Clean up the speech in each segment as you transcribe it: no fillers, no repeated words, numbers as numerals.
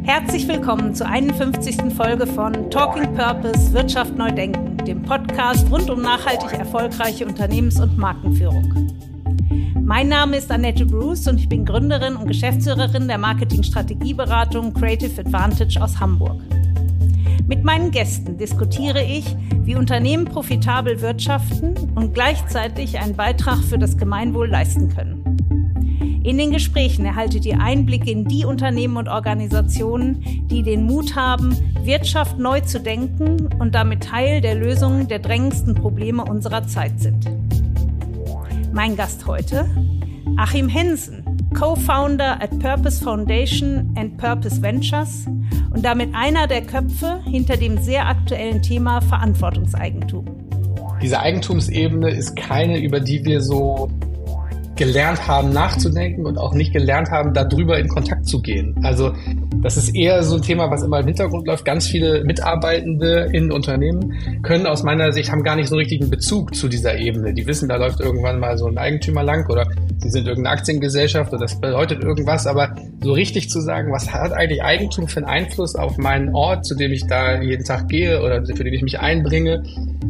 Herzlich willkommen zur 51. Folge von Talking Purpose – Wirtschaft neu denken, dem Podcast rund um nachhaltig erfolgreiche Unternehmens- und Markenführung. Mein Name ist Annette Bruce und ich bin Gründerin und Geschäftsführerin der Marketing-Strategieberatung Creative Advantage aus Hamburg. Mit meinen Gästen diskutiere ich, wie Unternehmen profitabel wirtschaften und gleichzeitig einen Beitrag für das Gemeinwohl leisten können. In den Gesprächen erhaltet ihr Einblicke in die Unternehmen und Organisationen, die den Mut haben, Wirtschaft neu zu denken und damit Teil der Lösung der drängendsten Probleme unserer Zeit sind. Mein Gast heute, Achim Hensen, Co-Founder at Purpose Foundation and Purpose Ventures und damit einer der Köpfe hinter dem sehr aktuellen Thema Verantwortungseigentum. Diese Eigentumsebene ist keine, über die wir so gelernt haben nachzudenken und auch nicht gelernt haben, darüber in Kontakt zu gehen. Also das ist eher so ein Thema, was immer im Hintergrund läuft. Ganz viele Mitarbeitende in Unternehmen können aus meiner Sicht, haben gar nicht so einen richtigen Bezug zu dieser Ebene. Die wissen, da läuft irgendwann mal so ein Eigentümer lang oder sie sind irgendeine Aktiengesellschaft oder das bedeutet irgendwas, aber so richtig zu sagen, was hat eigentlich Eigentum für einen Einfluss auf meinen Ort, zu dem ich da jeden Tag gehe oder für den ich mich einbringe,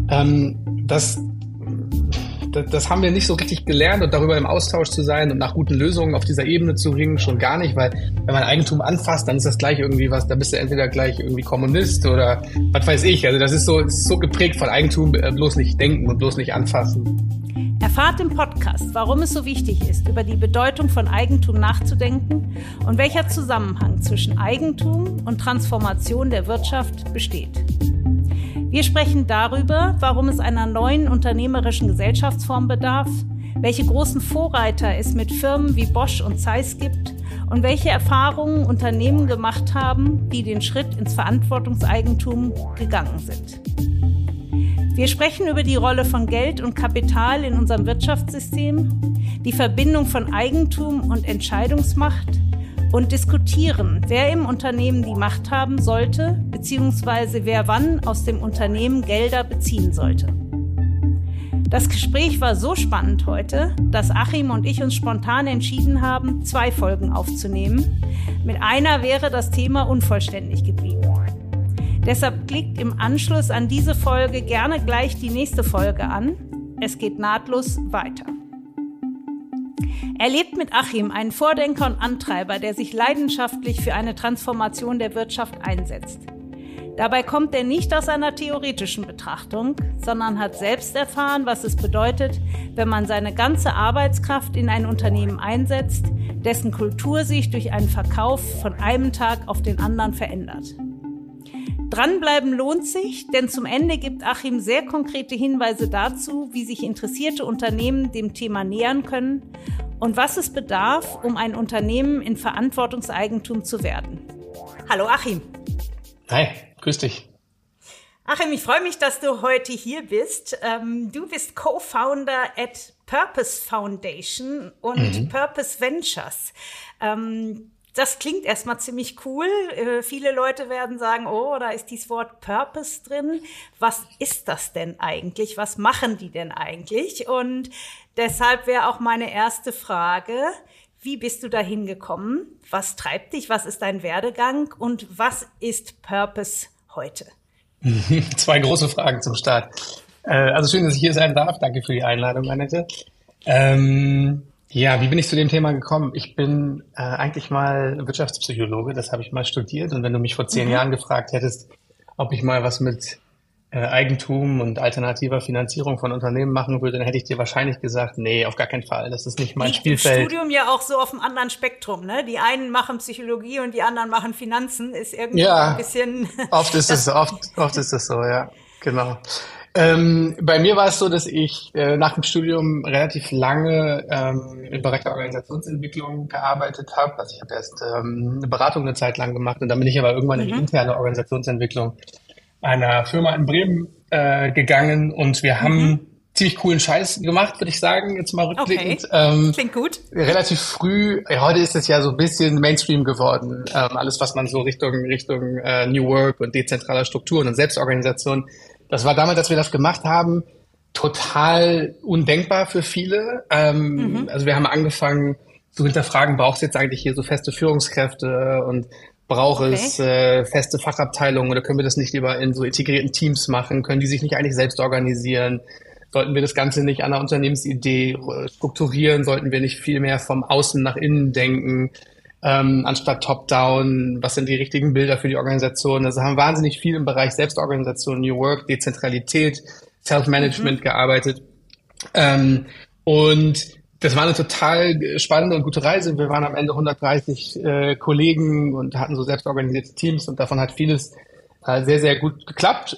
das haben wir nicht so richtig gelernt und darüber im Austausch zu sein und nach guten Lösungen auf dieser Ebene zu ringen, schon gar nicht, weil wenn man Eigentum anfasst, dann ist das gleich irgendwie was, da bist du entweder gleich irgendwie Kommunist oder was weiß ich. Also das ist so geprägt von Eigentum, bloß nicht denken und bloß nicht anfassen. Erfahrt im Podcast, warum es so wichtig ist, über die Bedeutung von Eigentum nachzudenken und welcher Zusammenhang zwischen Eigentum und Transformation der Wirtschaft besteht. Wir sprechen darüber, warum es einer neuen unternehmerischen Gesellschaftsform bedarf, welche großen Vorreiter es mit Firmen wie Bosch und Zeiss gibt und welche Erfahrungen Unternehmen gemacht haben, die den Schritt ins Verantwortungseigentum gegangen sind. Wir sprechen über die Rolle von Geld und Kapital in unserem Wirtschaftssystem, die Verbindung von Eigentum und Entscheidungsmacht und diskutieren, wer im Unternehmen die Macht haben sollte, beziehungsweise wer wann aus dem Unternehmen Gelder beziehen sollte. Das Gespräch war so spannend heute, dass Achim und ich uns spontan entschieden haben, 2 Folgen aufzunehmen. Mit einer wäre das Thema unvollständig geblieben. Deshalb klickt im Anschluss an diese Folge gerne gleich die nächste Folge an. Es geht nahtlos weiter. Erlebt mit Achim einen Vordenker und Antreiber, der sich leidenschaftlich für eine Transformation der Wirtschaft einsetzt. Dabei kommt er nicht aus einer theoretischen Betrachtung, sondern hat selbst erfahren, was es bedeutet, wenn man seine ganze Arbeitskraft in ein Unternehmen einsetzt, dessen Kultur sich durch einen Verkauf von einem Tag auf den anderen verändert. Dranbleiben lohnt sich, denn zum Ende gibt Achim sehr konkrete Hinweise dazu, wie sich interessierte Unternehmen dem Thema nähern können und was es bedarf, um ein Unternehmen in Verantwortungseigentum zu werden. Hallo Achim. Hi, grüß dich. Achim, ich freue mich, dass du heute hier bist. Du bist Co-Founder at Purpose Foundation und Purpose Ventures. Das klingt erstmal ziemlich cool. Viele Leute werden sagen, oh, da ist dieses Wort Purpose drin. Was ist das denn eigentlich? Was machen die denn eigentlich? Und deshalb wäre auch meine erste Frage, wie bist du da hingekommen? Was treibt dich? Was ist dein Werdegang? Und was ist Purpose heute? 2 große Fragen zum Start. Also schön, dass ich hier sein darf. Danke für die Einladung, Annette. Ja, wie bin ich zu dem Thema gekommen? Ich bin eigentlich mal Wirtschaftspsychologe, das habe ich mal studiert. Und wenn du mich vor 10 Jahren gefragt hättest, ob ich mal was mit Eigentum und alternativer Finanzierung von Unternehmen machen würde, dann hätte ich dir wahrscheinlich gesagt, nee, auf gar keinen Fall. Das ist nicht mein Spielfeld. Im Studium ja auch so auf einem anderen Spektrum, ne? Die einen machen Psychologie und die anderen machen Finanzen, ist irgendwie ein bisschen... Oft ist es so, ja, genau. Bei mir war es so, dass ich nach dem Studium relativ lange im Bereich der Organisationsentwicklung gearbeitet habe. Also ich habe erst eine Beratung eine Zeit lang gemacht und dann bin ich aber irgendwann in die interne Organisationsentwicklung einer Firma in Bremen gegangen und wir haben ziemlich coolen Scheiß gemacht, würde ich sagen, jetzt mal rückblickend. Okay. Klingt gut. Relativ früh, heute ist es ja so ein bisschen Mainstream geworden. Alles, was man so Richtung New Work und dezentraler Strukturen und Selbstorganisation, das war damals, als wir das gemacht haben, total undenkbar für viele. Also wir haben angefangen zu hinterfragen, braucht es jetzt eigentlich hier so feste Führungskräfte und Braucht es feste Fachabteilungen oder können wir das nicht lieber in so integrierten Teams machen? Können die sich nicht eigentlich selbst organisieren? Sollten wir das Ganze nicht an der Unternehmensidee strukturieren? Sollten wir nicht viel mehr vom Außen nach innen denken, anstatt top-down? Was sind die richtigen Bilder für die Organisation? Also haben wahnsinnig viel im Bereich Selbstorganisation, New Work, Dezentralität, Self-Management gearbeitet. Und das war eine total spannende und gute Reise. Wir waren am Ende 130 Kollegen und hatten so selbstorganisierte Teams und davon hat vieles sehr, sehr gut geklappt.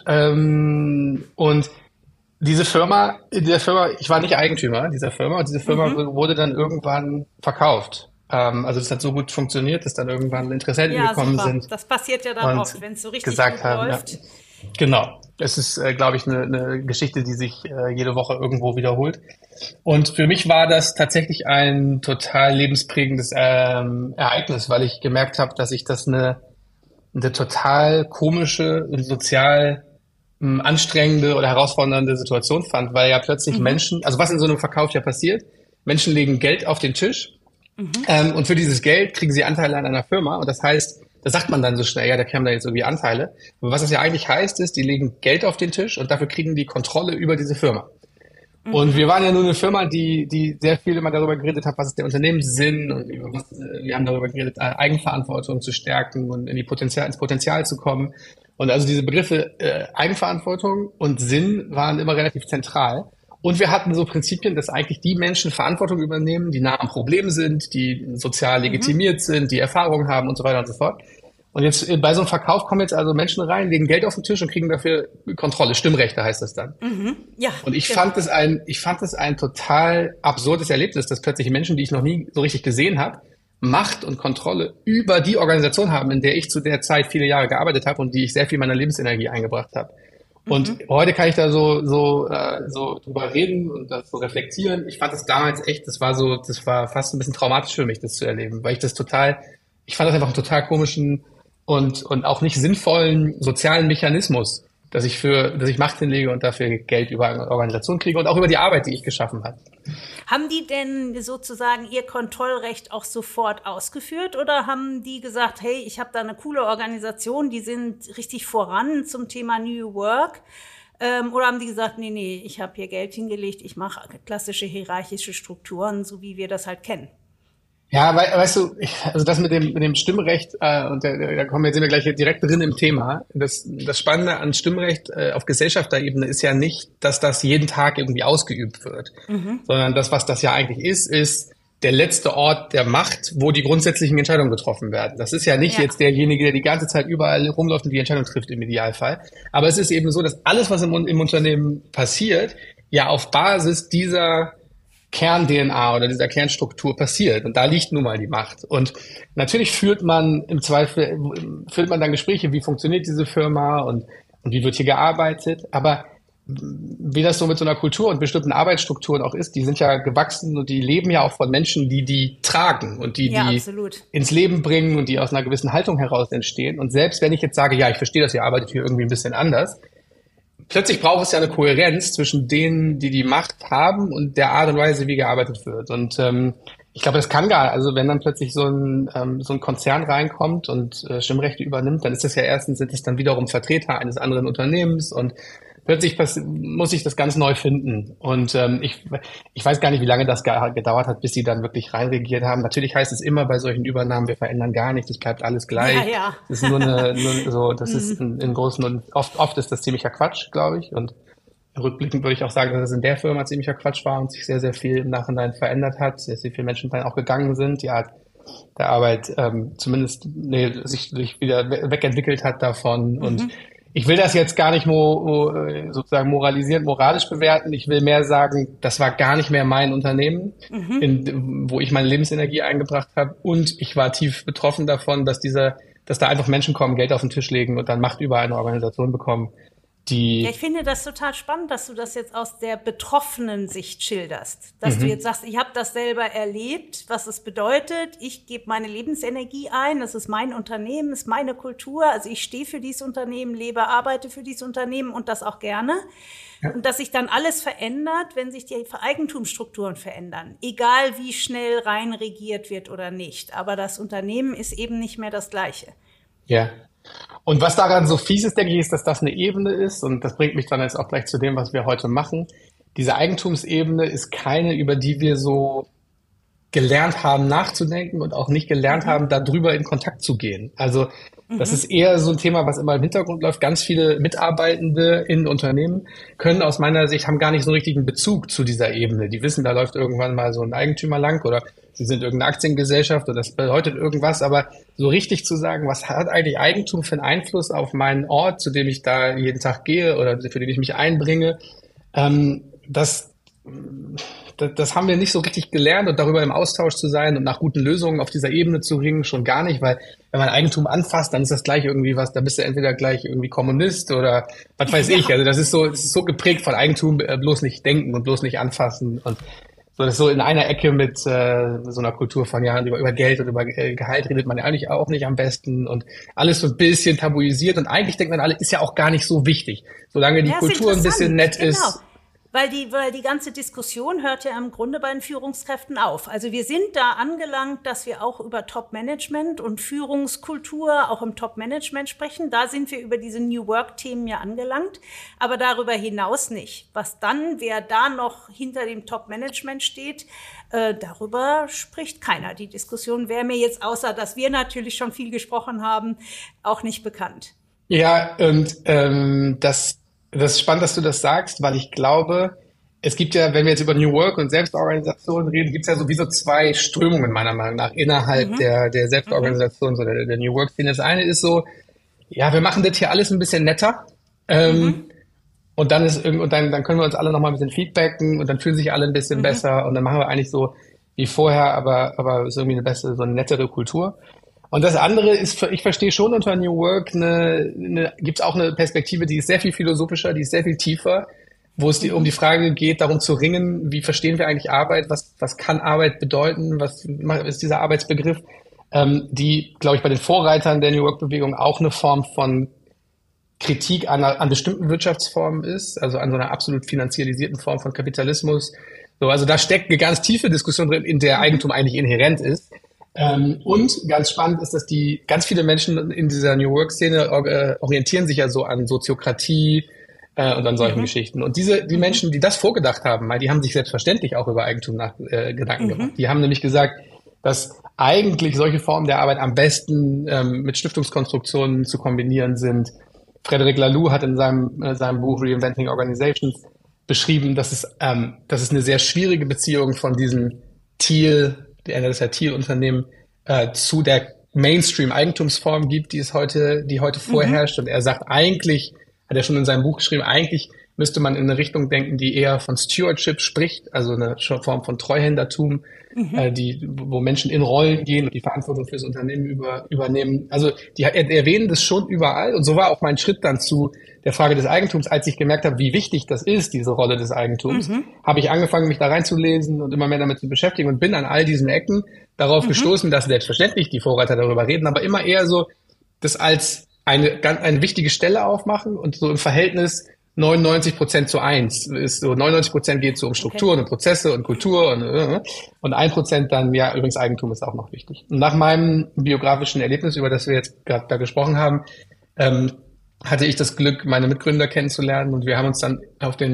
Und diese Firma, ich war nicht Eigentümer dieser Firma und diese Firma wurde dann irgendwann verkauft. Also das hat so gut funktioniert, dass dann irgendwann Interessenten gekommen sind. Das passiert ja dann oft, wenn es so richtig gut läuft. Ja. Genau. Es ist, glaube ich, eine Geschichte, die sich jede Woche irgendwo wiederholt. Und für mich war das tatsächlich ein total lebensprägendes Ereignis, weil ich gemerkt habe, dass ich das eine total komische und sozial anstrengende oder herausfordernde Situation fand, weil ja plötzlich Menschen, also was in so einem Verkauf ja passiert, Menschen legen Geld auf den Tisch und für dieses Geld kriegen sie Anteile an einer Firma und das heißt, das sagt man dann so schnell, ja, da kämen da jetzt irgendwie Anteile. Aber was das ja eigentlich heißt, ist, die legen Geld auf den Tisch und dafür kriegen die Kontrolle über diese Firma. Und wir waren ja nur eine Firma, die sehr viel immer darüber geredet hat, was ist der Unternehmenssinn und wir haben darüber geredet, Eigenverantwortung zu stärken und ins Potenzial zu kommen. Und also diese Begriffe Eigenverantwortung und Sinn waren immer relativ zentral. Und wir hatten so Prinzipien, dass eigentlich die Menschen Verantwortung übernehmen, die nah am Problem sind, die sozial legitimiert sind, die Erfahrung haben und so weiter und so fort. Und jetzt bei so einem Verkauf kommen jetzt also Menschen rein, legen Geld auf den Tisch und kriegen dafür Kontrolle, Stimmrechte heißt das dann. Ja. Und ich fand es ein total absurdes Erlebnis, dass plötzlich Menschen, die ich noch nie so richtig gesehen habe, Macht und Kontrolle über die Organisation haben, in der ich zu der Zeit viele Jahre gearbeitet habe und die ich sehr viel meiner Lebensenergie eingebracht habe. Und heute kann ich da so drüber reden und das so reflektieren. Ich fand das damals echt, das war fast ein bisschen traumatisch für mich, das zu erleben, weil ich fand das einfach einen total komischen und auch nicht sinnvollen sozialen Mechanismus, dass ich Macht hinlege und dafür Geld über eine Organisation kriege und auch über die Arbeit, die ich geschaffen habe. Haben die denn sozusagen ihr Kontrollrecht auch sofort ausgeführt oder haben die gesagt, hey, ich habe da eine coole Organisation, die sind richtig voran zum Thema New Work? Oder haben die gesagt, nee, ich habe hier Geld hingelegt, ich mache klassische hierarchische Strukturen, so wie wir das halt kennen? Ja, weißt du, also das mit dem Stimmrecht, und da sind wir gleich direkt drin im Thema. Das Spannende an Stimmrecht auf Gesellschafterebene ist ja nicht, dass das jeden Tag irgendwie ausgeübt wird, sondern das, was das ja eigentlich ist der letzte Ort der Macht, wo die grundsätzlichen Entscheidungen getroffen werden. Das ist ja nicht jetzt derjenige, der die ganze Zeit überall rumläuft und die Entscheidung trifft im Idealfall. Aber es ist eben so, dass alles, was im Unternehmen passiert, ja auf Basis dieser Kern-DNA oder dieser Kernstruktur passiert. Und da liegt nun mal die Macht. Und natürlich führt man dann Gespräche, wie funktioniert diese Firma und wie wird hier gearbeitet. Aber wie das so mit so einer Kultur und bestimmten Arbeitsstrukturen auch ist, die sind ja gewachsen und die leben ja auch von Menschen, die tragen und die ins Leben bringen und die aus einer gewissen Haltung heraus entstehen. Und selbst wenn ich jetzt sage, ja, ich verstehe das, ihr arbeitet hier irgendwie ein bisschen anders, plötzlich braucht es ja eine Kohärenz zwischen denen, die Macht haben und der Art und Weise, wie gearbeitet wird. Und ich glaube, das kann also wenn dann plötzlich so ein Konzern reinkommt und Stimmrechte übernimmt, dann sind es dann wiederum Vertreter eines anderen Unternehmens und plötzlich muss ich das ganz neu finden. Und ich weiß gar nicht, wie lange das gedauert hat, bis sie dann wirklich reinregiert haben. Natürlich heißt es immer bei solchen Übernahmen, wir verändern gar nichts, es bleibt alles gleich. Ja. Das ist ist in großen und oft ist das ziemlicher Quatsch, glaube ich. Und rückblickend würde ich auch sagen, dass es in der Firma ziemlicher Quatsch war und sich sehr, sehr viel im Nachhinein verändert hat, sehr, sehr viele Menschen dann auch gegangen sind, die Art der Arbeit sich wieder wegentwickelt hat davon. Und ich will das jetzt gar nicht sozusagen moralisierend, moralisch bewerten. Ich will mehr sagen, das war gar nicht mehr mein Unternehmen, wo ich meine Lebensenergie eingebracht habe. Und ich war tief betroffen davon, dass da einfach Menschen kommen, Geld auf den Tisch legen und dann Macht über eine Organisation bekommen. Ja, ich finde das total spannend, dass du das jetzt aus der betroffenen Sicht schilderst. Dass du jetzt sagst, ich habe das selber erlebt, was es bedeutet. Ich gebe meine Lebensenergie ein, das ist mein Unternehmen, ist meine Kultur. Also ich stehe für dieses Unternehmen, lebe, arbeite für dieses Unternehmen und das auch gerne. Ja. Und dass sich dann alles verändert, wenn sich die Eigentumsstrukturen verändern. Egal wie schnell rein regiert wird oder nicht. Aber das Unternehmen ist eben nicht mehr das Gleiche. Ja. Und was daran so fies ist, denke ich, ist, dass das eine Ebene ist. Und das bringt mich dann jetzt auch gleich zu dem, was wir heute machen. Diese Eigentumsebene ist keine, über die wir so gelernt haben nachzudenken und auch nicht gelernt haben, darüber in Kontakt zu gehen. Also das ist eher so ein Thema, was immer im Hintergrund läuft. Ganz viele Mitarbeitende in Unternehmen können aus meiner Sicht, haben gar nicht so einen richtigen Bezug zu dieser Ebene. Die wissen, da läuft irgendwann mal so ein Eigentümer lang oder sie sind irgendeine Aktiengesellschaft oder das bedeutet irgendwas. Aber so richtig zu sagen, was hat eigentlich Eigentum für einen Einfluss auf meinen Ort, zu dem ich da jeden Tag gehe oder für den ich mich einbringe, das haben wir nicht so richtig gelernt und darüber im Austausch zu sein und nach guten Lösungen auf dieser Ebene zu ringen, schon gar nicht, weil wenn man Eigentum anfasst, dann ist das gleich irgendwie was, da bist du entweder gleich irgendwie Kommunist oder was weiß ich. Also das ist so geprägt von Eigentum, bloß nicht denken und bloß nicht anfassen und so, das ist so in einer Ecke mit so einer Kultur von ja über Geld und über Gehalt redet man ja eigentlich auch nicht am besten und alles so ein bisschen tabuisiert und eigentlich denkt man alle, ist ja auch gar nicht so wichtig, solange die Kultur ein bisschen nett ist. Weil die ganze Diskussion hört ja im Grunde bei den Führungskräften auf. Also wir sind da angelangt, dass wir auch über Top-Management und Führungskultur auch im Top-Management sprechen. Da sind wir über diese New Work-Themen ja angelangt, aber darüber hinaus nicht. Was dann, wer da noch hinter dem Top-Management steht, darüber spricht keiner. Die Diskussion wäre mir jetzt, außer dass wir natürlich schon viel gesprochen haben, auch nicht bekannt. Ja, und das ist spannend, dass du das sagst, weil ich glaube, es gibt ja, wenn wir jetzt über New Work und Selbstorganisation reden, gibt es ja sowieso zwei Strömungen meiner Meinung nach innerhalb der Selbstorganisation, so der New Work-Szene. Das eine ist so, ja, wir machen das hier alles ein bisschen netter und dann dann können wir uns alle nochmal ein bisschen feedbacken und dann fühlen sich alle ein bisschen besser und dann machen wir eigentlich so wie vorher, aber ist irgendwie so eine nettere Kultur. Und das andere ist, ich verstehe schon unter New Work gibt's auch eine Perspektive, die ist sehr viel philosophischer, die ist sehr viel tiefer, wo es um die Frage geht, darum zu ringen, wie verstehen wir eigentlich Arbeit, was kann Arbeit bedeuten, was ist dieser Arbeitsbegriff, die, glaube ich, bei den Vorreitern der New Work-Bewegung auch eine Form von Kritik an bestimmten Wirtschaftsformen ist, also an so einer absolut finanzialisierten Form von Kapitalismus. So, also da steckt eine ganz tiefe Diskussion drin, in der Eigentum eigentlich inhärent ist. Und ganz spannend ist, dass ganz viele Menschen in dieser New Work-Szene orientieren sich ja so an Soziokratie und an solchen Geschichten. Und die Menschen, die das vorgedacht haben, die haben sich selbstverständlich auch über Eigentum Gedanken gemacht. Die haben nämlich gesagt, dass eigentlich solche Formen der Arbeit am besten mit Stiftungskonstruktionen zu kombinieren sind. Frederic Laloux hat in seinem Buch Reinventing Organizations beschrieben, dass es eine sehr schwierige Beziehung von diesem das ja Thiel-Unternehmen, zu der Mainstream-Eigentumsform gibt, die heute vorherrscht. Und er sagt, eigentlich, hat er schon in seinem Buch geschrieben, eigentlich müsste man in eine Richtung denken, die eher von Stewardship spricht, also eine Form von Treuhändertum, wo Menschen in Rollen gehen und die Verantwortung fürs Unternehmen übernehmen. Also die erwähnen das schon überall. Und so war auch mein Schritt dann zu der Frage des Eigentums, als ich gemerkt habe, wie wichtig das ist, diese Rolle des Eigentums, habe ich angefangen, mich da reinzulesen und immer mehr damit zu beschäftigen und bin an all diesen Ecken darauf gestoßen, dass selbstverständlich die Vorreiter darüber reden, aber immer eher so das als eine wichtige Stelle aufmachen und so im Verhältnis 99% zu 1 ist so, 99% geht so um Strukturen und Prozesse und Kultur und 1% dann, ja, übrigens Eigentum ist auch noch wichtig. Und nach meinem biografischen Erlebnis, über das wir jetzt gerade da gesprochen haben, hatte ich das Glück, meine Mitgründer kennenzulernen und wir haben uns dann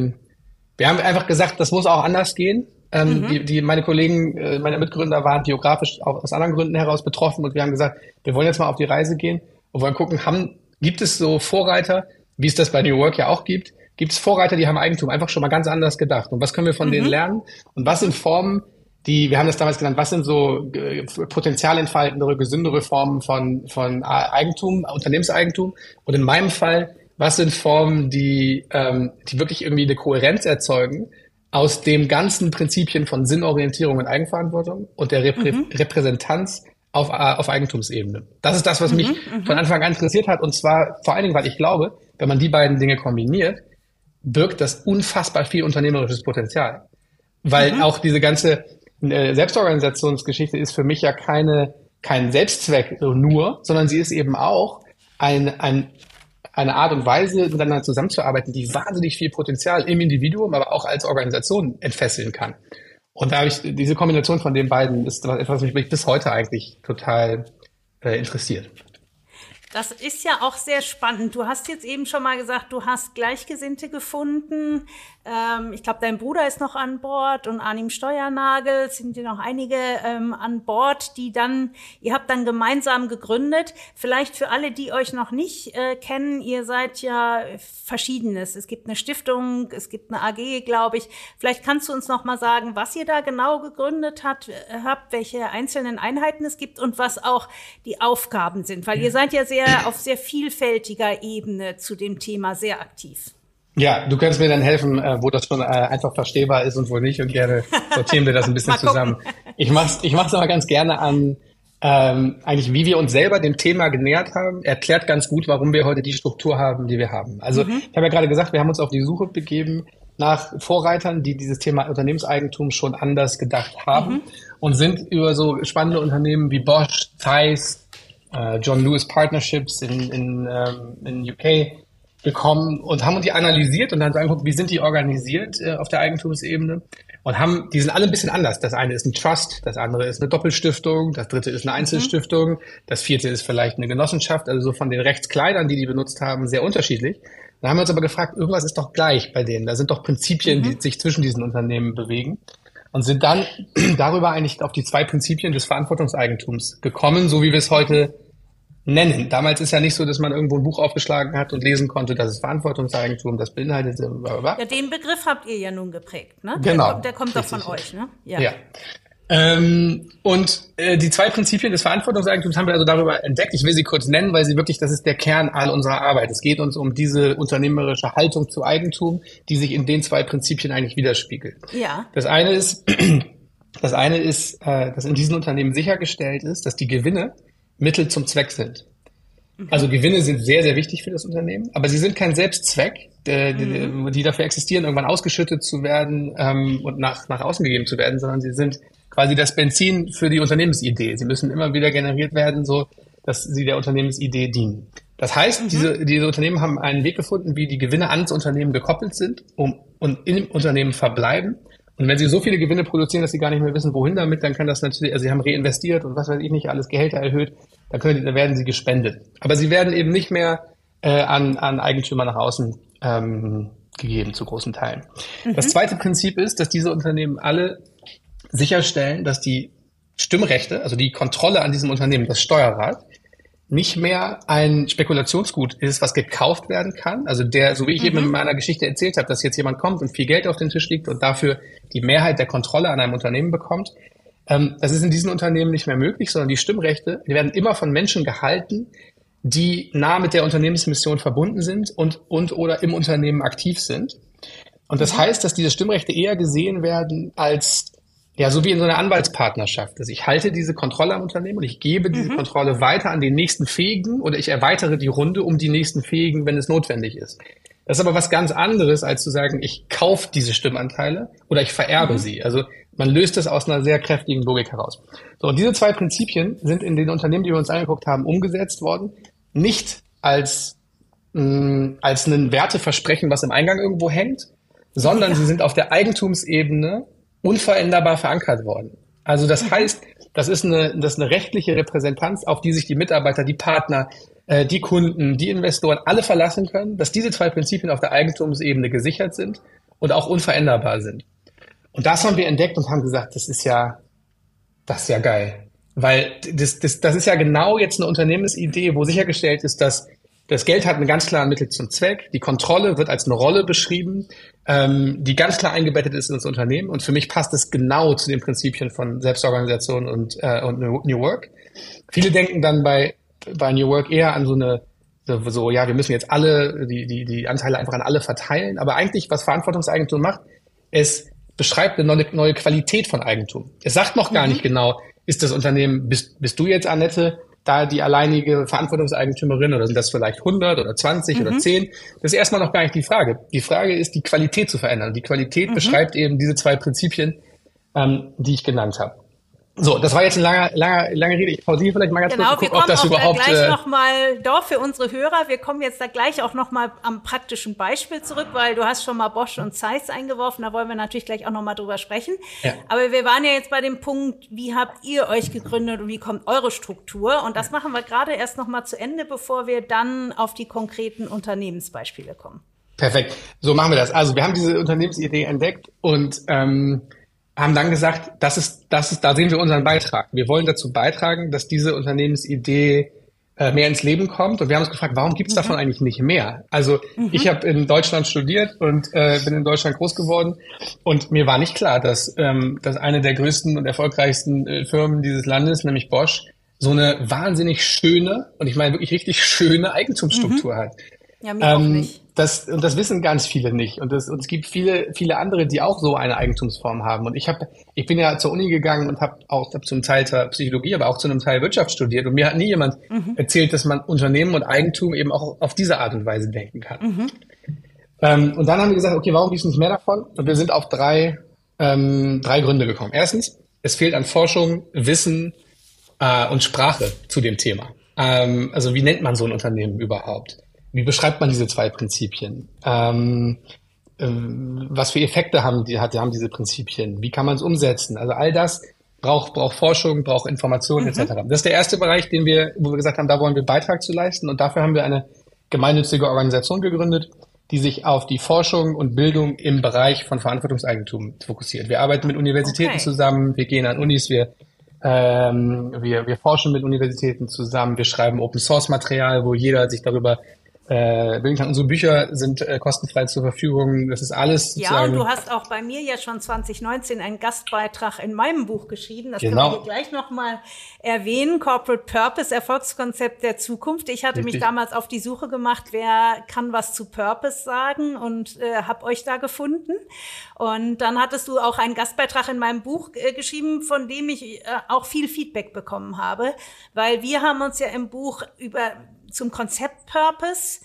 wir haben einfach gesagt, das muss auch anders gehen. Meine Kollegen, meine Mitgründer waren biografisch auch aus anderen Gründen heraus betroffen und wir haben gesagt, wir wollen jetzt mal auf die Reise gehen und wollen gucken, gibt es so Vorreiter, wie es das bei New Work ja auch gibt es Vorreiter, die haben Eigentum einfach schon mal ganz anders gedacht. Und was können wir von denen lernen? Und was sind Formen, wir haben das damals genannt, was sind so potenzialentfaltendere, gesündere Formen von Eigentum, Unternehmenseigentum? Und in meinem Fall, was sind Formen, die wirklich irgendwie eine Kohärenz erzeugen aus dem ganzen Prinzipien von Sinnorientierung und Eigenverantwortung und der Repräsentanz auf Eigentumsebene. Das ist das, was mich von Anfang an interessiert hat. Und zwar vor allen Dingen, weil ich glaube, wenn man die beiden Dinge kombiniert, birgt das unfassbar viel unternehmerisches Potenzial. Weil auch diese ganze Selbstorganisationsgeschichte ist für mich ja kein Selbstzweck nur, sondern sie ist eben auch eine Art und Weise, miteinander zusammenzuarbeiten, die wahnsinnig viel Potenzial im Individuum, aber auch als Organisation entfesseln kann. Und da habe ich diese Kombination von den beiden ist etwas, was mich bis heute eigentlich total interessiert. Das ist ja auch sehr spannend. Du hast jetzt eben schon mal gesagt, du hast Gleichgesinnte gefunden. Ich glaube, dein Bruder ist noch an Bord und Arnim Steuernagel, es sind ja noch einige an Bord, ihr habt dann gemeinsam gegründet. Vielleicht für alle, die euch noch nicht kennen, ihr seid ja Verschiedenes. Es gibt eine Stiftung, es gibt eine AG, glaube ich. Vielleicht kannst du uns noch mal sagen, was ihr da genau gegründet habt, welche einzelnen Einheiten es gibt und was auch die Aufgaben sind. Weil ihr seid ja auf sehr vielfältiger Ebene zu dem Thema sehr aktiv. Ja, du kannst mir dann helfen, wo das schon einfach verstehbar ist und wo nicht, und gerne sortieren wir das ein bisschen zusammen. Ich mach's aber ganz gerne an eigentlich, wie wir uns selber dem Thema genähert haben, erklärt ganz gut, warum wir heute die Struktur haben, die wir haben. Also ich habe ja gerade gesagt, wir haben uns auf die Suche begeben nach Vorreitern, die dieses Thema Unternehmenseigentum schon anders gedacht haben und sind über so spannende Unternehmen wie Bosch, Zeiss, John Lewis Partnerships in UK gekommen und haben uns die analysiert und dann angeguckt, wie sind die organisiert auf der Eigentumsebene, und die sind alle ein bisschen anders. Das eine ist ein Trust, das andere ist eine Doppelstiftung, das dritte ist eine Einzelstiftung, das vierte ist vielleicht eine Genossenschaft, also so von den Rechtskleidern, die benutzt haben, sehr unterschiedlich. Dann haben wir uns aber gefragt, irgendwas ist doch gleich bei denen. Da sind doch Prinzipien, die sich zwischen diesen Unternehmen bewegen, und sind dann darüber eigentlich auf die 2 Prinzipien des Verantwortungseigentums gekommen, so wie wir es heute nennen. Damals ist ja nicht so, dass man irgendwo ein Buch aufgeschlagen hat und lesen konnte, das ist Verantwortungseigentum, das beinhaltet. Ja, den Begriff habt ihr ja nun geprägt, ne? Genau. Der kommt doch von euch, ne? Ja. Und die 2 Prinzipien des Verantwortungseigentums haben wir also darüber entdeckt. Ich will sie kurz nennen, weil das ist der Kern all unserer Arbeit. Es geht uns um diese unternehmerische Haltung zu Eigentum, die sich in den 2 Prinzipien eigentlich widerspiegelt. Ja. Das eine ist, dass in diesen Unternehmen sichergestellt ist, dass die Gewinne Mittel zum Zweck sind. Also Gewinne sind sehr, sehr wichtig für das Unternehmen, aber sie sind kein Selbstzweck, die dafür existieren, irgendwann ausgeschüttet zu werden und nach außen gegeben zu werden, sondern sie sind quasi das Benzin für die Unternehmensidee. Sie müssen immer wieder generiert werden, so dass sie der Unternehmensidee dienen. Das heißt, diese Unternehmen haben einen Weg gefunden, wie die Gewinne ans Unternehmen gekoppelt sind und im Unternehmen verbleiben. Und wenn sie so viele Gewinne produzieren, dass sie gar nicht mehr wissen, wohin damit, dann kann das natürlich, also sie haben reinvestiert und was weiß ich nicht, alles Gehälter erhöht, dann werden sie gespendet. Aber sie werden eben nicht mehr an Eigentümer nach außen gegeben, zu großen Teilen. Das zweite Prinzip ist, dass diese Unternehmen alle sicherstellen, dass die Stimmrechte, also die Kontrolle an diesem Unternehmen, das Steuerrad, nicht mehr ein Spekulationsgut ist, was gekauft werden kann. Also so wie ich eben in meiner Geschichte erzählt habe, dass jetzt jemand kommt und viel Geld auf den Tisch liegt und dafür die Mehrheit der Kontrolle an einem Unternehmen bekommt. Das ist in diesen Unternehmen nicht mehr möglich, sondern die Stimmrechte, die werden immer von Menschen gehalten, die nah mit der Unternehmensmission verbunden sind und oder im Unternehmen aktiv sind. Und das heißt, dass diese Stimmrechte eher gesehen werden als, ja, so wie in so einer Anwaltspartnerschaft. Also ich halte diese Kontrolle am Unternehmen und ich gebe diese Kontrolle weiter an den nächsten Fähigen oder ich erweitere die Runde um die nächsten Fähigen, wenn es notwendig ist. Das ist aber was ganz anderes, als zu sagen, ich kaufe diese Stimmanteile oder ich vererbe sie. Also man löst das aus einer sehr kräftigen Logik heraus. So, und diese 2 Prinzipien sind in den Unternehmen, die wir uns angeguckt haben, umgesetzt worden. Nicht als ein Werteversprechen, was im Eingang irgendwo hängt, sondern sie sind auf der Eigentumsebene unveränderbar verankert worden. Also das heißt, das ist eine rechtliche Repräsentanz, auf die sich die Mitarbeiter, die Partner, die Kunden, die Investoren alle verlassen können, dass diese 2 Prinzipien auf der Eigentumsebene gesichert sind und auch unveränderbar sind. Und das haben wir entdeckt und haben gesagt, das ist ja geil. Weil das ist ja genau jetzt eine Unternehmensidee, wo sichergestellt ist, dass das Geld hat einen ganz klaren Mittel zum Zweck. Die Kontrolle wird als eine Rolle beschrieben, die ganz klar eingebettet ist in das Unternehmen. Und für mich passt es genau zu den Prinzipien von Selbstorganisation und New Work. Viele denken dann bei New Work eher an wir müssen jetzt alle die Anteile einfach an alle verteilen. Aber eigentlich, was Verantwortungseigentum macht, es beschreibt eine neue Qualität von Eigentum. Es sagt noch gar nicht genau, ist das Unternehmen, bist du jetzt, Annette, da die alleinige Verantwortungseigentümerin oder sind das vielleicht 100 oder 20 oder 10? Das ist erstmal noch gar nicht die Frage. Die Frage ist, die Qualität zu verändern. Die Qualität beschreibt eben diese 2 Prinzipien, die ich genannt habe. So, das war jetzt eine lange Rede. Ich pausiere vielleicht mal ganz kurz und gucke, ob das überhaupt... Wir kommen gleich nochmal, doch, für unsere Hörer, wir kommen jetzt da gleich auch nochmal am praktischen Beispiel zurück, weil du hast schon mal Bosch und Zeiss eingeworfen, da wollen wir natürlich gleich auch nochmal drüber sprechen. Ja. Aber wir waren ja jetzt bei dem Punkt, wie habt ihr euch gegründet und wie kommt eure Struktur? Und das machen wir gerade erst nochmal zu Ende, bevor wir dann auf die konkreten Unternehmensbeispiele kommen. Perfekt, so machen wir das. Also wir haben diese Unternehmensidee entdeckt und haben dann gesagt, da sehen wir unseren Beitrag. Wir wollen dazu beitragen, dass diese Unternehmensidee mehr ins Leben kommt. Und wir haben uns gefragt, warum gibt es davon eigentlich nicht mehr? Also ich habe in Deutschland studiert und bin in Deutschland groß geworden. Und mir war nicht klar, dass eine der größten und erfolgreichsten Firmen dieses Landes, nämlich Bosch, so eine wahnsinnig schöne, und ich meine wirklich richtig schöne Eigentumsstruktur hat. Ja, mir auch nicht. Das wissen ganz viele nicht. Und es gibt viele andere, die auch so eine Eigentumsform haben. Und ich bin ja zur Uni gegangen und habe zum Teil Psychologie, aber auch zu einem Teil Wirtschaft studiert. Und mir hat nie jemand erzählt, dass man Unternehmen und Eigentum eben auch auf diese Art und Weise denken kann. Und dann haben wir gesagt, okay, warum gibt es nicht mehr davon? Und wir sind auf drei Gründe gekommen. Erstens, es fehlt an Forschung, Wissen und Sprache zu dem Thema. Also wie nennt man so ein Unternehmen überhaupt? Wie beschreibt man diese zwei Prinzipien? Was für Effekte haben diese Prinzipien? Wie kann man es umsetzen? Also all das braucht Forschung, braucht Informationen etc. Das ist der erste Bereich, wo wir gesagt haben, da wollen wir Beitrag zu leisten. Und dafür haben wir eine gemeinnützige Organisation gegründet, die sich auf die Forschung und Bildung im Bereich von Verantwortungseigentum fokussiert. Wir arbeiten mit Universitäten zusammen, wir gehen an Unis, wir forschen mit Universitäten zusammen, wir schreiben Open-Source-Material, wo jeder sich darüber bilden kann. Unsere Bücher sind kostenfrei zur Verfügung. Das ist alles sozusagen... Ja, und du hast auch bei mir ja schon 2019 einen Gastbeitrag in meinem Buch geschrieben. Das können wir hier gleich nochmal erwähnen. Corporate Purpose, Erfolgskonzept der Zukunft. Ich hatte mich damals auf die Suche gemacht, wer kann was zu Purpose sagen, und habe euch da gefunden. Und dann hattest du auch einen Gastbeitrag in meinem Buch geschrieben, von dem ich auch viel Feedback bekommen habe, weil wir haben uns ja im Buch zum Konzept Purpose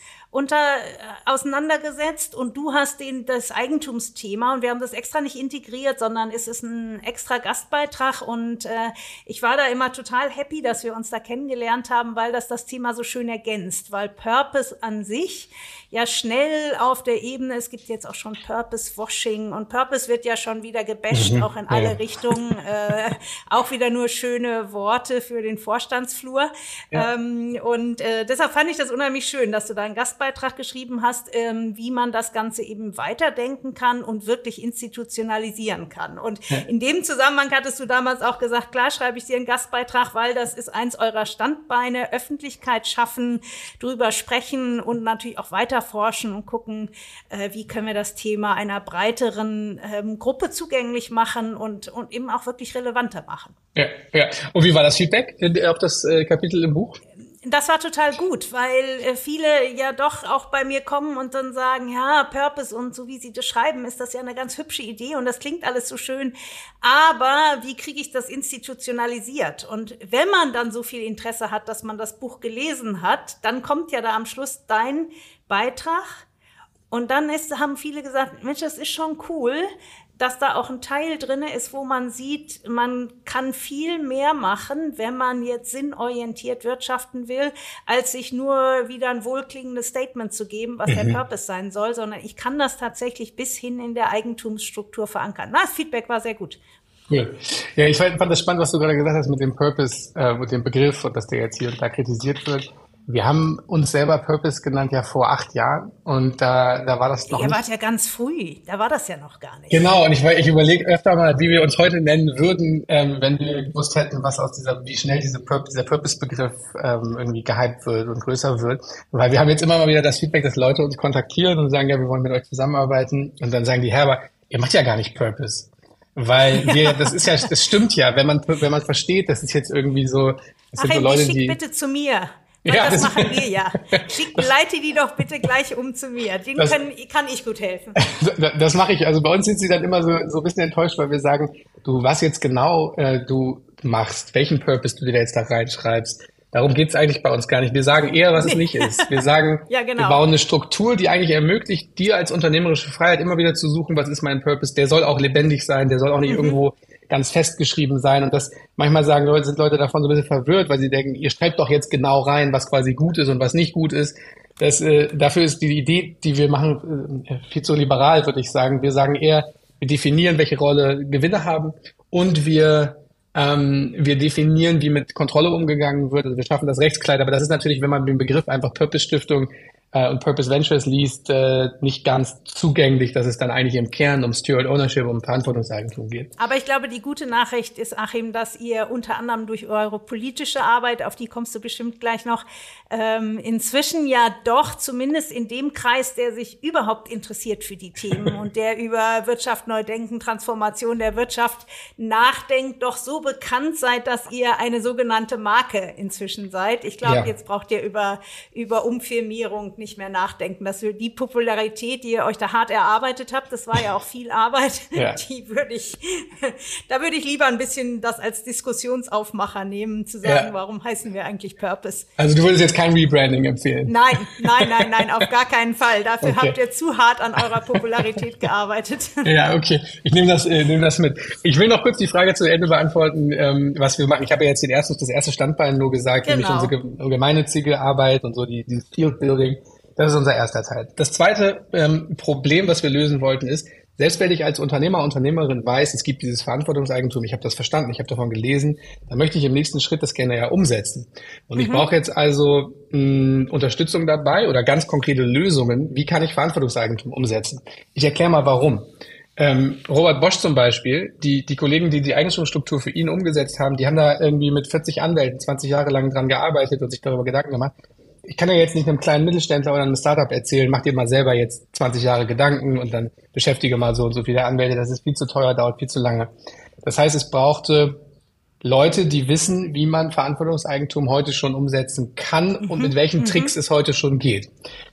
auseinandergesetzt, und du hast das Eigentumsthema, und wir haben das extra nicht integriert, sondern es ist ein extra Gastbeitrag, und ich war da immer total happy, dass wir uns da kennengelernt haben, weil das Thema so schön ergänzt, weil Purpose an sich ja schnell auf der Ebene, es gibt jetzt auch schon Purpose-Washing, und Purpose wird ja schon wieder gebasht, auch in alle Richtungen, auch wieder nur schöne Worte für den Vorstandsflur. Ja. Deshalb fand ich das unheimlich schön, dass du da einen Gastbeitrag geschrieben hast, wie man das Ganze eben weiterdenken kann und wirklich institutionalisieren kann. Und in dem Zusammenhang hattest du damals auch gesagt, klar, schreibe ich dir einen Gastbeitrag, weil das ist eins eurer Standbeine, Öffentlichkeit schaffen, drüber sprechen und natürlich auch weiter forschen und gucken, wie können wir das Thema einer breiteren Gruppe zugänglich machen und eben auch wirklich relevanter machen. Ja. Und wie war das Feedback auf das Kapitel im Buch? Das war total gut, weil viele ja doch auch bei mir kommen und dann sagen, ja, Purpose und so wie sie das schreiben, ist das ja eine ganz hübsche Idee und das klingt alles so schön, aber wie kriege ich das institutionalisiert? Und wenn man dann so viel Interesse hat, dass man das Buch gelesen hat, dann kommt ja da am Schluss dein Beitrag, und dann haben viele gesagt, Mensch, das ist schon cool, dass da auch ein Teil drinne ist, wo man sieht, man kann viel mehr machen, wenn man jetzt sinnorientiert wirtschaften will, als sich nur wieder ein wohlklingendes Statement zu geben, was der Purpose sein soll, sondern ich kann das tatsächlich bis hin in der Eigentumsstruktur verankern. Das Feedback war sehr gut. Cool. Ja, ich fand das spannend, was du gerade gesagt hast mit dem Purpose, mit dem Begriff, und dass der jetzt hier und da kritisiert wird. Wir haben uns selber Purpose genannt ja vor 8 Jahren, und da war das noch nicht. Ihr wart ja ganz früh, da war das ja noch gar nicht. Genau, und ich überlege öfter mal, wie wir uns heute nennen würden, wenn wir gewusst hätten, wie schnell dieser Purpose-Begriff irgendwie gehypt wird und größer wird. Weil wir haben jetzt immer mal wieder das Feedback, dass Leute uns kontaktieren und sagen, ja, wir wollen mit euch zusammenarbeiten, und dann sagen die, aber ihr macht ja gar nicht Purpose. Weil das stimmt ja, wenn man versteht, das ist jetzt irgendwie so, das sind so Leute, schick bitte zu mir. Ja, das machen wir ja. Leite die doch bitte gleich um zu mir. Kann ich gut helfen. Das mache ich. Also bei uns sind sie dann immer so ein bisschen enttäuscht, weil wir sagen, was jetzt genau du machst, welchen Purpose du dir da jetzt da reinschreibst. Darum geht's eigentlich bei uns gar nicht. Wir sagen eher, was es nicht ist. Wir sagen, ja, genau. Wir bauen eine Struktur, die eigentlich ermöglicht, dir als unternehmerische Freiheit immer wieder zu suchen, was ist mein Purpose. Der soll auch lebendig sein, der soll auch nicht irgendwo ganz festgeschrieben sein. Und das manchmal sind Leute davon so ein bisschen verwirrt, weil sie denken, ihr schreibt doch jetzt genau rein, was quasi gut ist und was nicht gut ist. Dafür ist die Idee, die wir machen, viel zu liberal, würde ich sagen. Wir sagen eher, wir definieren, welche Rolle Gewinne haben und wir definieren, wie mit Kontrolle umgegangen wird. Also wir schaffen das Rechtskleid, aber das ist natürlich, wenn man den Begriff einfach Purpose-Stiftung und Purpose Ventures liest, nicht ganz zugänglich, dass es dann eigentlich im Kern um Steward Ownership, um Verantwortungseigentum geht. Aber ich glaube, die gute Nachricht ist, Achim, dass ihr unter anderem durch eure politische Arbeit, auf die kommst du bestimmt gleich noch, inzwischen ja doch zumindest in dem Kreis, der sich überhaupt interessiert für die Themen und der über Wirtschaft neu denken, Transformation der Wirtschaft nachdenkt, doch so bekannt seid, dass ihr eine sogenannte Marke inzwischen seid. Ich glaube, Jetzt braucht ihr über Umfirmierung nicht mehr nachdenken. Dass die Popularität, die ihr euch da hart erarbeitet habt, das war ja auch viel Arbeit, da würde ich lieber ein bisschen das als Diskussionsaufmacher nehmen, zu sagen, warum heißen wir eigentlich Purpose? Also du würdest jetzt kein Rebranding empfehlen? Nein, auf gar keinen Fall. Dafür habt ihr zu hart an eurer Popularität gearbeitet. Ja, okay. Ich nehme das mit. Ich will noch kurz die Frage zu Ende beantworten, was wir machen. Ich habe ja jetzt das erste Standbein nur gesagt, nämlich unsere gemeinnützige Arbeit und so dieses Field Building. Das ist unser erster Teil. Das zweite Problem, was wir lösen wollten, ist, selbst wenn ich als Unternehmer, Unternehmerin weiß, es gibt dieses Verantwortungseigentum, ich habe das verstanden, ich habe davon gelesen, dann möchte ich im nächsten Schritt das gerne ja umsetzen. Und ich brauche jetzt also Unterstützung dabei oder ganz konkrete Lösungen. Wie kann ich Verantwortungseigentum umsetzen? Ich erkläre mal, warum. Robert Bosch zum Beispiel, die Kollegen, die Eigentumsstruktur für ihn umgesetzt haben, die haben da irgendwie mit 40 Anwälten 20 Jahre lang dran gearbeitet und sich darüber Gedanken gemacht. Ich kann ja jetzt nicht einem kleinen Mittelständler oder einem Startup erzählen, mach dir mal selber jetzt 20 Jahre Gedanken und dann beschäftige mal so und so viele Anwälte. Das ist viel zu teuer, dauert viel zu lange. Das heißt, es brauchte Leute, die wissen, wie man Verantwortungseigentum heute schon umsetzen kann und mit welchen Tricks es heute schon geht.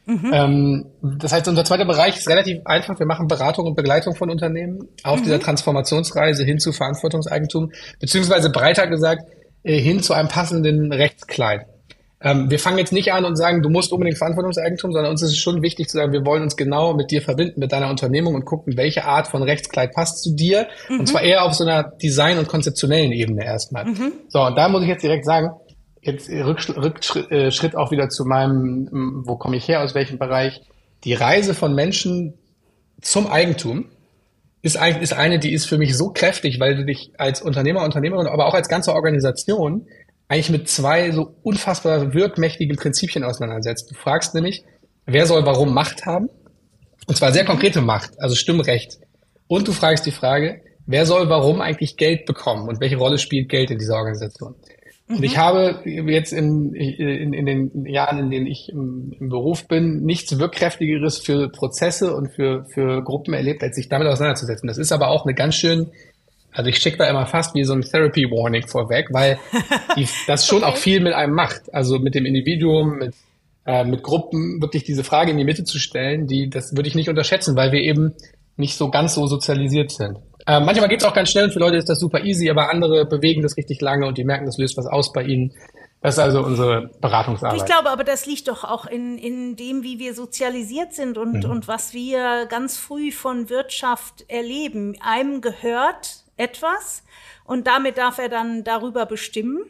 Das heißt, unser zweiter Bereich ist relativ einfach. Wir machen Beratung und Begleitung von Unternehmen auf dieser Transformationsreise hin zu Verantwortungseigentum, beziehungsweise breiter gesagt, hin zu einem passenden Rechtskleid. Wir fangen jetzt nicht an und sagen, du musst unbedingt Verantwortungseigentum, sondern uns ist es schon wichtig zu sagen, wir wollen uns genau mit dir verbinden, mit deiner Unternehmung und gucken, welche Art von Rechtskleid passt zu dir. Und zwar eher auf so einer Design- und konzeptionellen Ebene erstmal. So, und da muss ich jetzt direkt sagen, jetzt Rückschritt auch wieder zu meinem, wo komme ich her, aus welchem Bereich. Die Reise von Menschen zum Eigentum ist eine, die ist für mich so kräftig, weil du dich als Unternehmer, Unternehmerin, aber auch als ganze Organisation eigentlich mit zwei so unfassbar wirkmächtigen Prinzipien auseinandersetzt. Du fragst nämlich, wer soll warum Macht haben? Und zwar sehr konkrete Macht, also Stimmrecht. Und du fragst die Frage, wer soll warum eigentlich Geld bekommen und welche Rolle spielt Geld in dieser Organisation? Und ich habe jetzt in den Jahren, in denen ich im Beruf bin, nichts Wirkkräftigeres für Prozesse und für Gruppen erlebt, als sich damit auseinanderzusetzen. Das ist aber auch eine ganz schön, also ich schicke da immer fast wie so ein Therapy Warning vorweg, weil das schon auch viel mit einem macht. Also mit dem Individuum, mit Gruppen wirklich diese Frage in die Mitte zu stellen, das würde ich nicht unterschätzen, weil wir eben nicht so ganz so sozialisiert sind. Manchmal geht's auch ganz schnell und für Leute ist das super easy, aber andere bewegen das richtig lange und die merken, das löst was aus bei ihnen. Das ist also unsere Beratungsarbeit. Ich glaube aber, das liegt doch auch in dem, wie wir sozialisiert sind und was wir ganz früh von Wirtschaft erleben. Einem gehört etwas und damit darf er dann darüber bestimmen.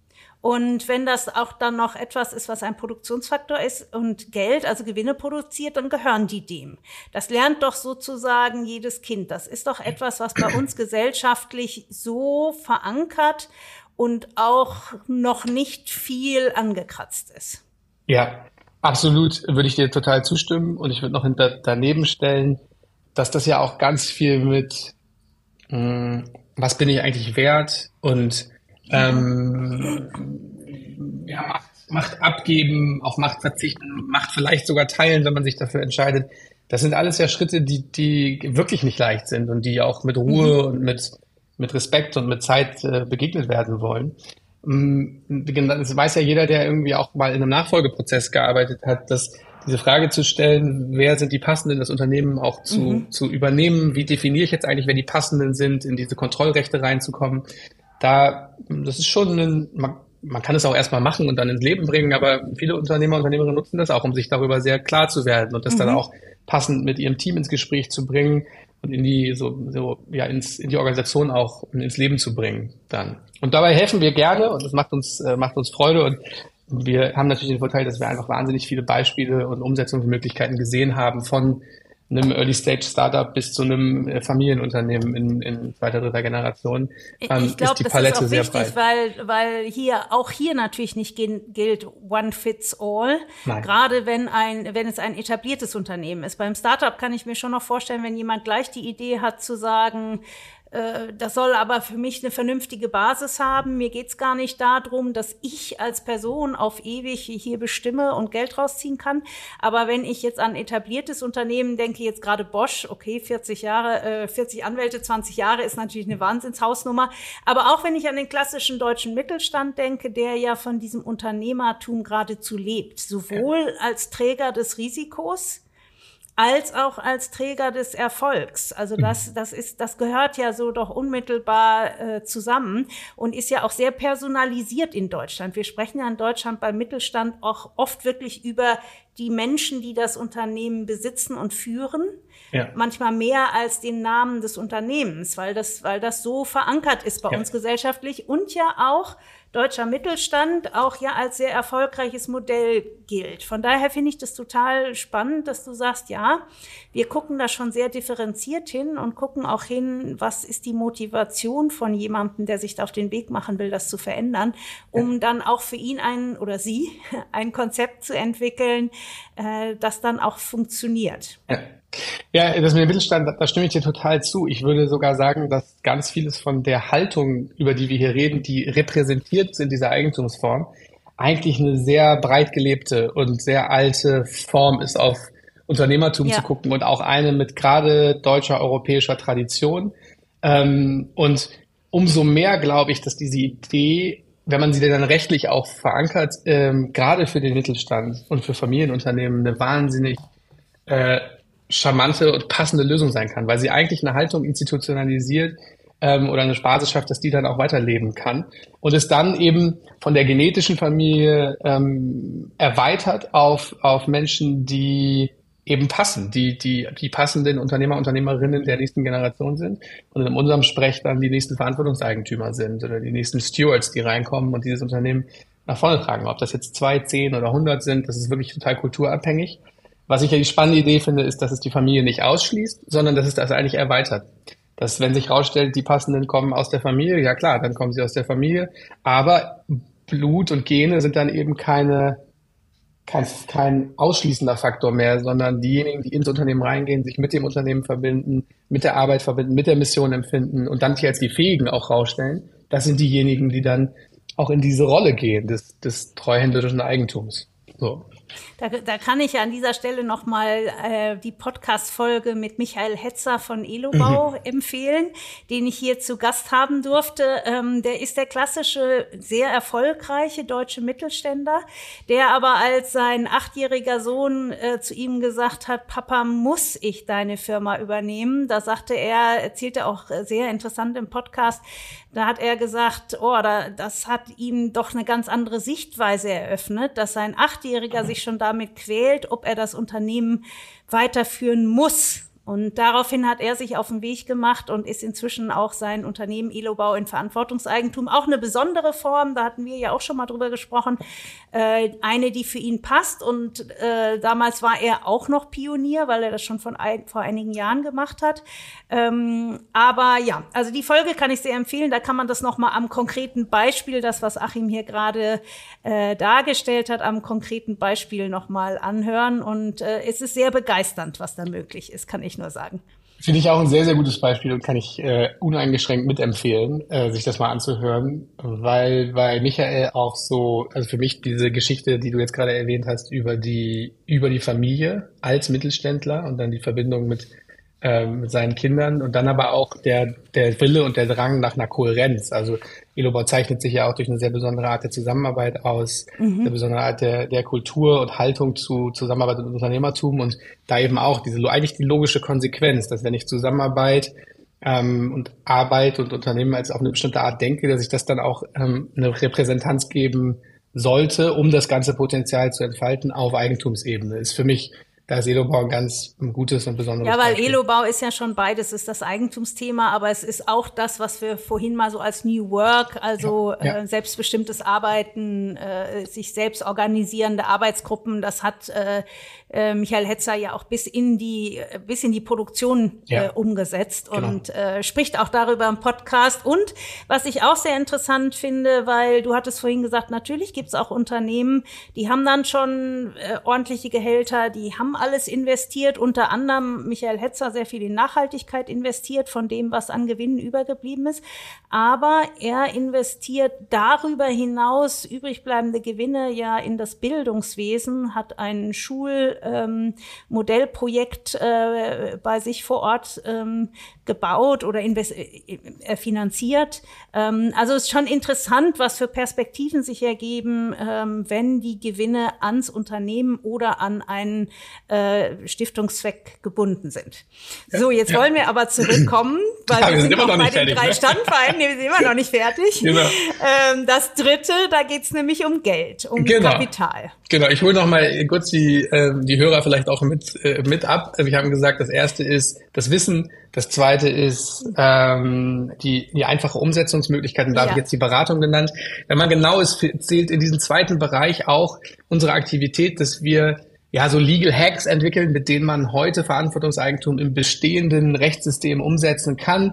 Und wenn das auch dann noch etwas ist, was ein Produktionsfaktor ist und Geld, also Gewinne produziert, dann gehören die dem. Das lernt doch sozusagen jedes Kind. Das ist doch etwas, was bei uns gesellschaftlich so verankert und auch noch nicht viel angekratzt ist. Ja, absolut, würde ich dir total zustimmen. Und ich würde noch daneben stellen, dass das ja auch ganz viel mit was bin ich eigentlich wert und Macht abgeben, auf Macht verzichten, Macht vielleicht sogar teilen, wenn man sich dafür entscheidet. Das sind alles ja Schritte, die wirklich nicht leicht sind und die auch mit Ruhe und mit Respekt und mit Zeit begegnet werden wollen. Das weiß ja jeder, der irgendwie auch mal in einem Nachfolgeprozess gearbeitet hat, dass diese Frage zu stellen, wer sind die Passenden, das Unternehmen auch zu übernehmen, wie definiere ich jetzt eigentlich, wer die Passenden sind, in diese Kontrollrechte reinzukommen. Das ist schon man kann es auch erstmal machen und dann ins Leben bringen, aber viele Unternehmer und Unternehmerinnen nutzen das auch, um sich darüber sehr klar zu werden und das dann auch passend mit ihrem Team ins Gespräch zu bringen und in die in die Organisation auch ins Leben zu bringen dann. Und dabei helfen wir gerne und das macht uns Freude und wir haben natürlich den Vorteil, dass wir einfach wahnsinnig viele Beispiele und Umsetzungsmöglichkeiten gesehen haben von einem Early-Stage-Startup bis zu einem Familienunternehmen in zweiter, dritter Generation. Ich glaube, das ist auch wichtig, weil hier natürlich nicht gilt one fits all. Nein. Gerade wenn es ein etabliertes Unternehmen ist. Beim Startup kann ich mir schon noch vorstellen, wenn jemand gleich die Idee hat zu sagen, das soll aber für mich eine vernünftige Basis haben. Mir geht's gar nicht darum, dass ich als Person auf ewig hier bestimme und Geld rausziehen kann. Aber wenn ich jetzt an etabliertes Unternehmen denke, jetzt gerade Bosch, okay, 40 Anwälte, 20 Jahre ist natürlich eine Wahnsinnshausnummer. Aber auch wenn ich an den klassischen deutschen Mittelstand denke, der ja von diesem Unternehmertum geradezu lebt, sowohl als Träger des Risikos, als auch als Träger des Erfolgs. Also das gehört ja so doch unmittelbar zusammen und ist ja auch sehr personalisiert in Deutschland. Wir sprechen ja in Deutschland beim Mittelstand auch oft wirklich über die Menschen, die das Unternehmen besitzen und führen. Ja. Manchmal mehr als den Namen des Unternehmens, weil das so verankert ist bei uns gesellschaftlich und ja auch deutscher Mittelstand auch ja als sehr erfolgreiches Modell gilt. Von daher finde ich das total spannend, dass du sagst, ja, wir gucken da schon sehr differenziert hin und gucken auch hin, was ist die Motivation von jemandem, der sich da auf den Weg machen will, das zu verändern, um dann auch für ihn ein Konzept zu entwickeln, das dann auch funktioniert. Ja, das mit dem Mittelstand, da stimme ich dir total zu. Ich würde sogar sagen, dass ganz vieles von der Haltung, über die wir hier reden, die repräsentiert in dieser Eigentumsform, eigentlich eine sehr breit gelebte und sehr alte Form ist, auf Unternehmertum zu gucken und auch eine mit gerade deutscher, europäischer Tradition. Und umso mehr glaube ich, dass diese Idee, wenn man sie dann rechtlich auch verankert, gerade für den Mittelstand und für Familienunternehmen eine wahnsinnig charmante und passende Lösung sein kann, weil sie eigentlich eine Haltung institutionalisiert oder eine Basis schafft, dass die dann auch weiterleben kann und es dann eben von der genetischen Familie erweitert auf Menschen, die eben passen, die passenden Unternehmer, Unternehmerinnen der nächsten Generation sind und in unserem Sprech dann die nächsten Verantwortungseigentümer sind oder die nächsten Stewards, die reinkommen und dieses Unternehmen nach vorne tragen. Ob das jetzt 2, 10 oder 100 sind, das ist wirklich total kulturabhängig. Was ich ja die spannende Idee finde, ist, dass es die Familie nicht ausschließt, sondern dass es das eigentlich erweitert. Dass, wenn sich herausstellt, die Passenden kommen aus der Familie, ja klar, dann kommen sie aus der Familie, aber Blut und Gene sind dann eben kein ausschließender Faktor mehr, sondern diejenigen, die ins Unternehmen reingehen, sich mit dem Unternehmen verbinden, mit der Arbeit verbinden, mit der Mission empfinden und dann sich als die Fähigen auch rausstellen, das sind diejenigen, die dann auch in diese Rolle gehen des treuhänderischen Eigentums. So. Da kann ich ja an dieser Stelle nochmal die Podcast-Folge mit Michael Hetzer von Elobau empfehlen, den ich hier zu Gast haben durfte. Der ist der klassische, sehr erfolgreiche deutsche Mittelständler, der aber als sein 8-jähriger Sohn zu ihm gesagt hat, Papa, muss ich deine Firma übernehmen? Da sagte er, erzählte auch sehr interessant im Podcast, da hat er gesagt, das hat ihm doch eine ganz andere Sichtweise eröffnet, dass sein 8-Jähriger sich schon damit quält, ob er das Unternehmen weiterführen muss. Und daraufhin hat er sich auf den Weg gemacht und ist inzwischen auch sein Unternehmen Elobau in Verantwortungseigentum. Auch eine besondere Form, da hatten wir ja auch schon mal drüber gesprochen, eine, die für ihn passt. Und damals war er auch noch Pionier, weil er das schon vor einigen Jahren gemacht hat. Aber ja, also die Folge kann ich sehr empfehlen. Da kann man das nochmal am konkreten Beispiel, das, was Achim hier gerade dargestellt hat, am konkreten Beispiel nochmal anhören. Und es ist sehr begeisternd, was da möglich ist, kann ich nur sagen. Finde ich auch ein sehr, sehr gutes Beispiel und kann ich uneingeschränkt mitempfehlen, sich das mal anzuhören, weil bei Michael auch so, also für mich diese Geschichte, die du jetzt gerade erwähnt hast, über die Familie als Mittelständler und dann die Verbindung mit seinen Kindern und dann aber auch der Wille und der Drang nach einer Kohärenz. Also Elobau zeichnet sich ja auch durch eine sehr besondere Art der Zusammenarbeit aus, eine besondere Art der Kultur und Haltung zu Zusammenarbeit und Unternehmertum und da eben auch eigentlich die logische Konsequenz, dass wenn ich Zusammenarbeit und Arbeit und Unternehmen als auf eine bestimmte Art denke, dass ich das dann auch eine Repräsentanz geben sollte, um das ganze Potenzial zu entfalten auf Eigentumsebene. Ist für mich, da ist Elobau ein ganz gutes und besonderes Ja, weil Beispiel. Elobau ist ja schon beides, ist das Eigentumsthema, aber es ist auch das, was wir vorhin mal so als New Work, also selbstbestimmtes Arbeiten, sich selbst organisierende Arbeitsgruppen, das hat Michael Hetzer ja auch bis in die Produktion umgesetzt und spricht auch darüber im Podcast. Und was ich auch sehr interessant finde, weil du hattest vorhin gesagt, natürlich gibt's auch Unternehmen, die haben dann schon ordentliche Gehälter, die haben alles investiert, unter anderem Michael Hetzer sehr viel in Nachhaltigkeit investiert von dem, was an Gewinnen übergeblieben ist. Aber er investiert darüber hinaus übrigbleibende Gewinne ja in das Bildungswesen, hat ein Schulmodellprojekt bei sich vor Ort gebaut oder finanziert. Also es ist schon interessant, was für Perspektiven sich ergeben, wenn die Gewinne ans Unternehmen oder an einen Stiftungszweck gebunden sind. So, jetzt wollen wir aber zurückkommen, weil wir sind immer noch bei den drei Standbeinen, wir sind immer noch nicht fertig. Genau. Das dritte, da geht's nämlich um Geld, um Kapital. Genau, ich hole noch mal kurz die Hörer vielleicht auch mit ab. Wir haben gesagt, das erste ist das Wissen, das zweite ist die einfache Umsetzungsmöglichkeiten, da habe ich jetzt die Beratung genannt. Wenn man genau ist, zählt in diesem zweiten Bereich auch unsere Aktivität, dass wir so Legal Hacks entwickeln, mit denen man heute Verantwortungseigentum im bestehenden Rechtssystem umsetzen kann,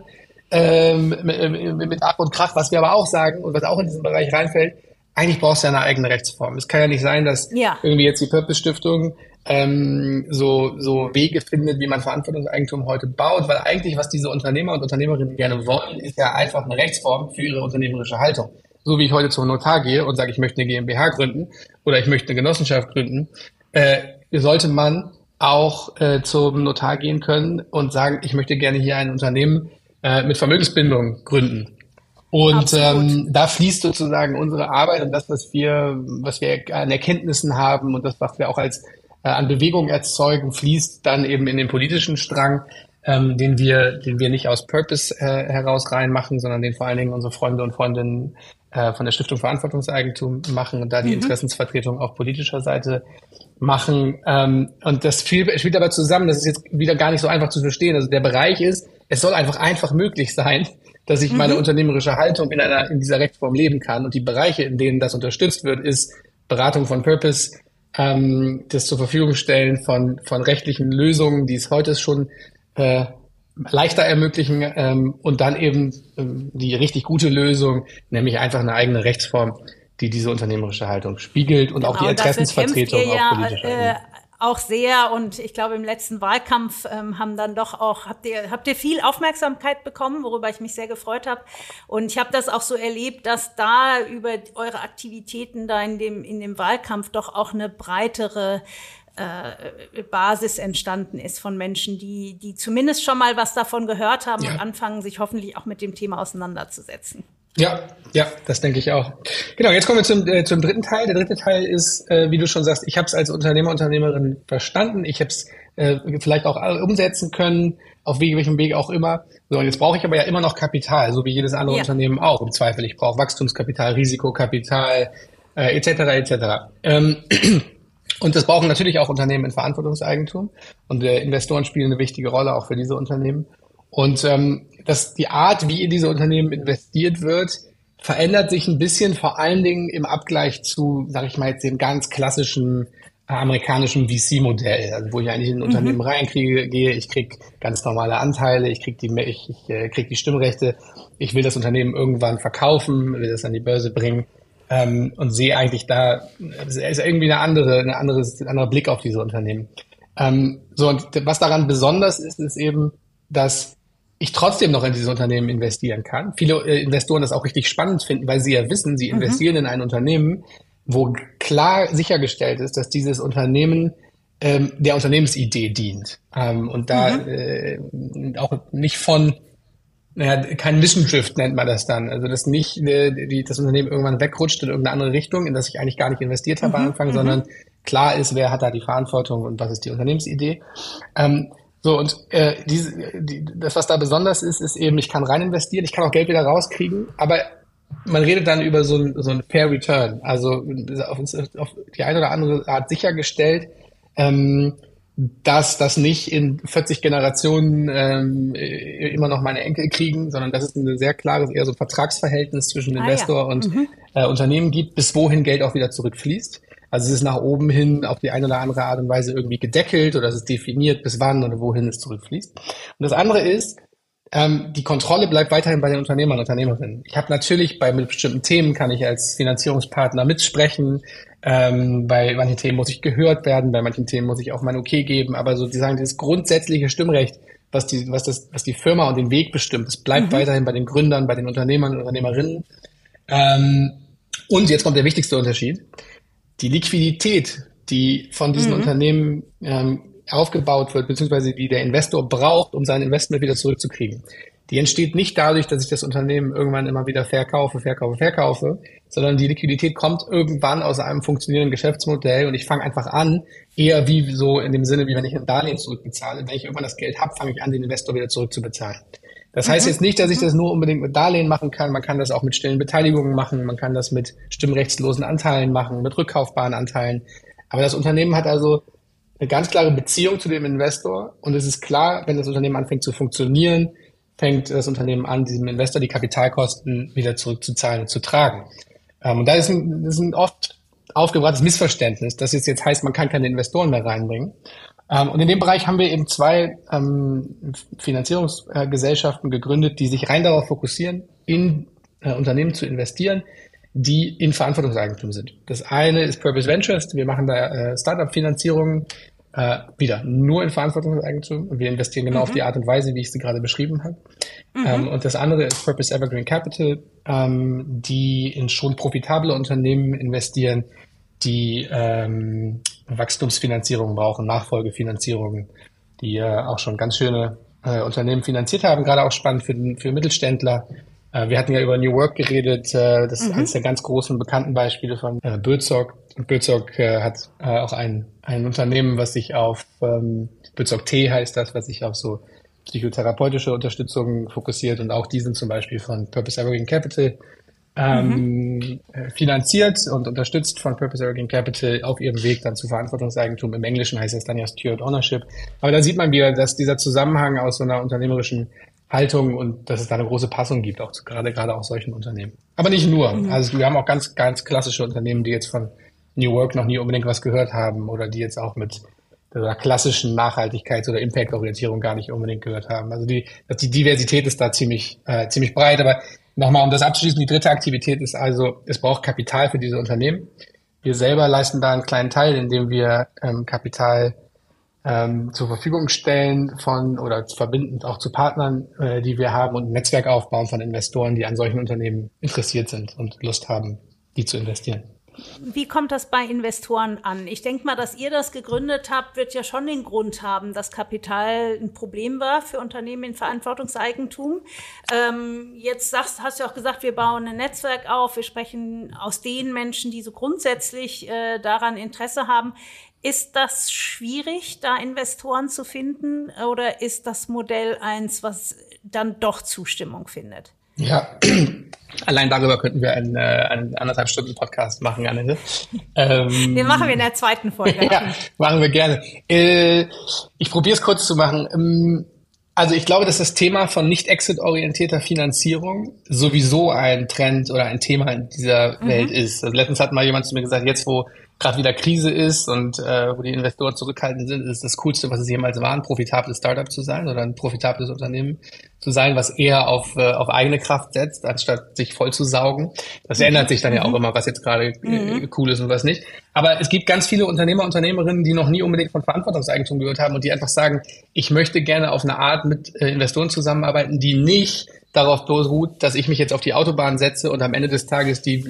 mit Ach und Krach, was wir aber auch sagen und was auch in diesen Bereich reinfällt, eigentlich brauchst du ja eine eigene Rechtsform. Es kann ja nicht sein, dass irgendwie jetzt die Purpose Stiftung so Wege findet, wie man Verantwortungseigentum heute baut, weil eigentlich, was diese Unternehmer und Unternehmerinnen gerne wollen, ist ja einfach eine Rechtsform für ihre unternehmerische Haltung. So wie ich heute zum Notar gehe und sage, ich möchte eine GmbH gründen oder ich möchte eine Genossenschaft gründen, sollte man auch zum Notar gehen können und sagen, ich möchte gerne hier ein Unternehmen mit Vermögensbindung gründen. Und da fließt sozusagen unsere Arbeit und das, was wir an Erkenntnissen haben und das, was wir auch als an Bewegung erzeugen, fließt dann eben in den politischen Strang, den wir nicht aus Purpose heraus reinmachen, sondern den vor allen Dingen unsere Freunde und Freundinnen von der Stiftung Verantwortungseigentum machen und da die Interessensvertretung auf politischer Seite machen. Und das spielt aber zusammen, das ist jetzt wieder gar nicht so einfach zu verstehen. Also der Bereich ist, es soll einfach möglich sein, dass ich meine unternehmerische Haltung in dieser Rechtsform leben kann. Und die Bereiche, in denen das unterstützt wird, ist Beratung von Purpose, das zur Verfügung stellen von rechtlichen Lösungen, die es heute schon leichter ermöglichen, und dann eben die richtig gute Lösung, nämlich einfach eine eigene Rechtsform, die diese unternehmerische Haltung spiegelt und auch die Interessensvertretung auf politischer Ebene. Auch sehr, und ich glaube, im letzten Wahlkampf haben dann doch auch, habt ihr viel Aufmerksamkeit bekommen, worüber ich mich sehr gefreut habe. Und ich habe das auch so erlebt, dass da über eure Aktivitäten da in dem Wahlkampf doch auch eine breitere Basis entstanden ist von Menschen, die zumindest schon mal was davon gehört haben und anfangen, sich hoffentlich auch mit dem Thema auseinanderzusetzen. Ja, das denke ich auch. Genau, jetzt kommen wir zum dritten Teil. Der dritte Teil ist, wie du schon sagst, ich habe es als Unternehmerin verstanden. Ich habe es vielleicht auch umsetzen können, auf welchem Weg auch immer. So, und jetzt brauche ich aber ja immer noch Kapital, so wie jedes andere Unternehmen auch. Im Zweifel, ich brauche Wachstumskapital, Risikokapital, etc. Und das brauchen natürlich auch Unternehmen in Verantwortungseigentum. Und Investoren spielen eine wichtige Rolle auch für diese Unternehmen. Und die Art, wie in diese Unternehmen investiert wird, verändert sich ein bisschen, vor allen Dingen im Abgleich zu, sage ich mal jetzt, dem ganz klassischen amerikanischen VC-Modell, also wo ich eigentlich in ein Unternehmen gehe, ich krieg ganz normale Anteile, ich krieg die Stimmrechte, ich will das Unternehmen irgendwann verkaufen, will das an die Börse bringen, und sehe eigentlich da, es ist irgendwie ein anderer Blick auf diese Unternehmen. So, und was daran besonders ist, ist eben, dass ich trotzdem noch in diese Unternehmen investieren kann. Viele Investoren das auch richtig spannend finden, weil sie ja wissen, sie investieren in ein Unternehmen, wo klar sichergestellt ist, dass dieses Unternehmen der Unternehmensidee dient. Und da auch nicht kein Mission Drift nennt man das dann. Also dass nicht das Unternehmen irgendwann wegrutscht in irgendeine andere Richtung, in das ich eigentlich gar nicht investiert habe am Anfang, sondern klar ist, wer hat da die Verantwortung und was ist die Unternehmensidee. So, und das, was da besonders ist, ist eben, ich kann rein investieren, ich kann auch Geld wieder rauskriegen, aber man redet dann über so ein Fair Return, also auf die eine oder andere Art sichergestellt, dass das nicht in 40 Generationen immer noch meine Enkel kriegen, sondern dass es ein sehr klares, eher so Vertragsverhältnis zwischen Investor und Unternehmen gibt, bis wohin Geld auch wieder zurückfließt. Also es ist nach oben hin auf die eine oder andere Art und Weise irgendwie gedeckelt oder es ist definiert, bis wann oder wohin es zurückfließt. Und das andere ist, die Kontrolle bleibt weiterhin bei den Unternehmern und Unternehmerinnen. Ich habe natürlich bei bestimmten Themen kann ich als Finanzierungspartner mitsprechen. Bei manchen Themen muss ich gehört werden, bei manchen Themen muss ich auch mein Okay geben. Aber sozusagen das grundsätzliche Stimmrecht, was die Firma und den Weg bestimmt, das bleibt weiterhin bei den Gründern, bei den Unternehmern und Unternehmerinnen. Und jetzt kommt der wichtigste Unterschied. Die Liquidität, die von diesen Unternehmen aufgebaut wird, beziehungsweise die der Investor braucht, um sein Investment wieder zurückzukriegen. Die entsteht nicht dadurch, dass ich das Unternehmen irgendwann immer wieder verkaufe, sondern die Liquidität kommt irgendwann aus einem funktionierenden Geschäftsmodell und ich fange einfach an, eher wie so in dem Sinne, wie wenn ich ein Darlehen zurückbezahle. Wenn ich irgendwann das Geld habe, fange ich an, den Investor wieder zurückzubezahlen. Das heißt jetzt nicht, dass ich das nur unbedingt mit Darlehen machen kann. Man kann das auch mit stillen Beteiligungen machen. Man kann das mit stimmrechtslosen Anteilen machen, mit rückkaufbaren Anteilen. Aber das Unternehmen hat also eine ganz klare Beziehung zu dem Investor. Und es ist klar, wenn das Unternehmen anfängt zu funktionieren, fängt das Unternehmen an, diesem Investor die Kapitalkosten wieder zurückzuzahlen und zu tragen. Und da ist ein oft aufgebrachtes Missverständnis, dass es jetzt heißt, man kann keine Investoren mehr reinbringen. Und in dem Bereich haben wir eben zwei Finanzierungsgesellschaften gegründet, die sich rein darauf fokussieren, in Unternehmen zu investieren, die in Verantwortungseigentum sind. Das eine ist Purpose Ventures. Wir machen da Startup-Finanzierungen wieder nur in Verantwortungseigentum und wir investieren genau auf die Art und Weise, wie ich sie gerade beschrieben habe. Und das andere ist Purpose Evergreen Capital, die in schon profitable Unternehmen investieren, die Wachstumsfinanzierung brauchen, Nachfolgefinanzierungen, die auch schon ganz schöne Unternehmen finanziert haben, gerade auch spannend für Mittelständler. Wir hatten ja über New Work geredet, das ist eines der ganz großen bekannten Beispiele von Bözok. Und Bözok hat auch ein Unternehmen, was sich auf Bözok T heißt das, was sich auf so psychotherapeutische Unterstützung fokussiert und auch die sind zum Beispiel von Purpose Evergreen Capital finanziert und unterstützt von Purpose Evergreen Capital auf ihrem Weg dann zu Verantwortungseigentum. Im Englischen heißt das dann ja Steward Ownership. Aber da sieht man wieder, dass dieser Zusammenhang aus so einer unternehmerischen Haltung und dass es da eine große Passung gibt, auch gerade auch solchen Unternehmen. Aber nicht nur. Also wir haben auch ganz, ganz klassische Unternehmen, die jetzt von New Work noch nie unbedingt was gehört haben oder die jetzt auch mit der klassischen Nachhaltigkeits- oder Impact-Orientierung gar nicht unbedingt gehört haben. Also die Diversität ist da ziemlich breit. Aber nochmal, um das abzuschließen, die dritte Aktivität ist also, es braucht Kapital für diese Unternehmen. Wir selber leisten da einen kleinen Teil, indem wir Kapital zur Verfügung stellen oder verbindend auch zu Partnern, die wir haben und ein Netzwerk aufbauen von Investoren, die an solchen Unternehmen interessiert sind und Lust haben, die zu investieren. Wie kommt das bei Investoren an? Ich denke mal, dass ihr das gegründet habt, wird ja schon den Grund haben, dass Kapital ein Problem war für Unternehmen in Verantwortungseigentum. Jetzt hast du auch gesagt, wir bauen ein Netzwerk auf, wir sprechen aus den Menschen, die so grundsätzlich daran Interesse haben. Ist das schwierig, da Investoren zu finden oder ist das Modell eins, was dann doch Zustimmung findet? Ja, allein darüber könnten wir einen 1,5 Stunden Podcast machen, Annette. Den machen wir in der zweiten Folge. Ja, machen wir gerne. Ich probiere es kurz zu machen. Also ich glaube, dass das Thema von nicht exit-orientierter Finanzierung sowieso ein Trend oder ein Thema in dieser Welt ist. Also letztens hat mal jemand zu mir gesagt, jetzt wo gerade wieder Krise ist und wo die Investoren zurückhaltend sind, ist das Coolste, was es jemals war, ein profitables Startup zu sein oder ein profitables Unternehmen zu sein, was eher auf eigene Kraft setzt, anstatt sich voll zu saugen. Das ändert sich dann ja auch immer, was jetzt gerade cool ist und was nicht. Aber es gibt ganz viele Unternehmer, Unternehmerinnen, die noch nie unbedingt von Verantwortungseigentum gehört haben und die einfach sagen, ich möchte gerne auf eine Art mit Investoren zusammenarbeiten, die nicht darauf beruht, dass ich mich jetzt auf die Autobahn setze und am Ende des Tages die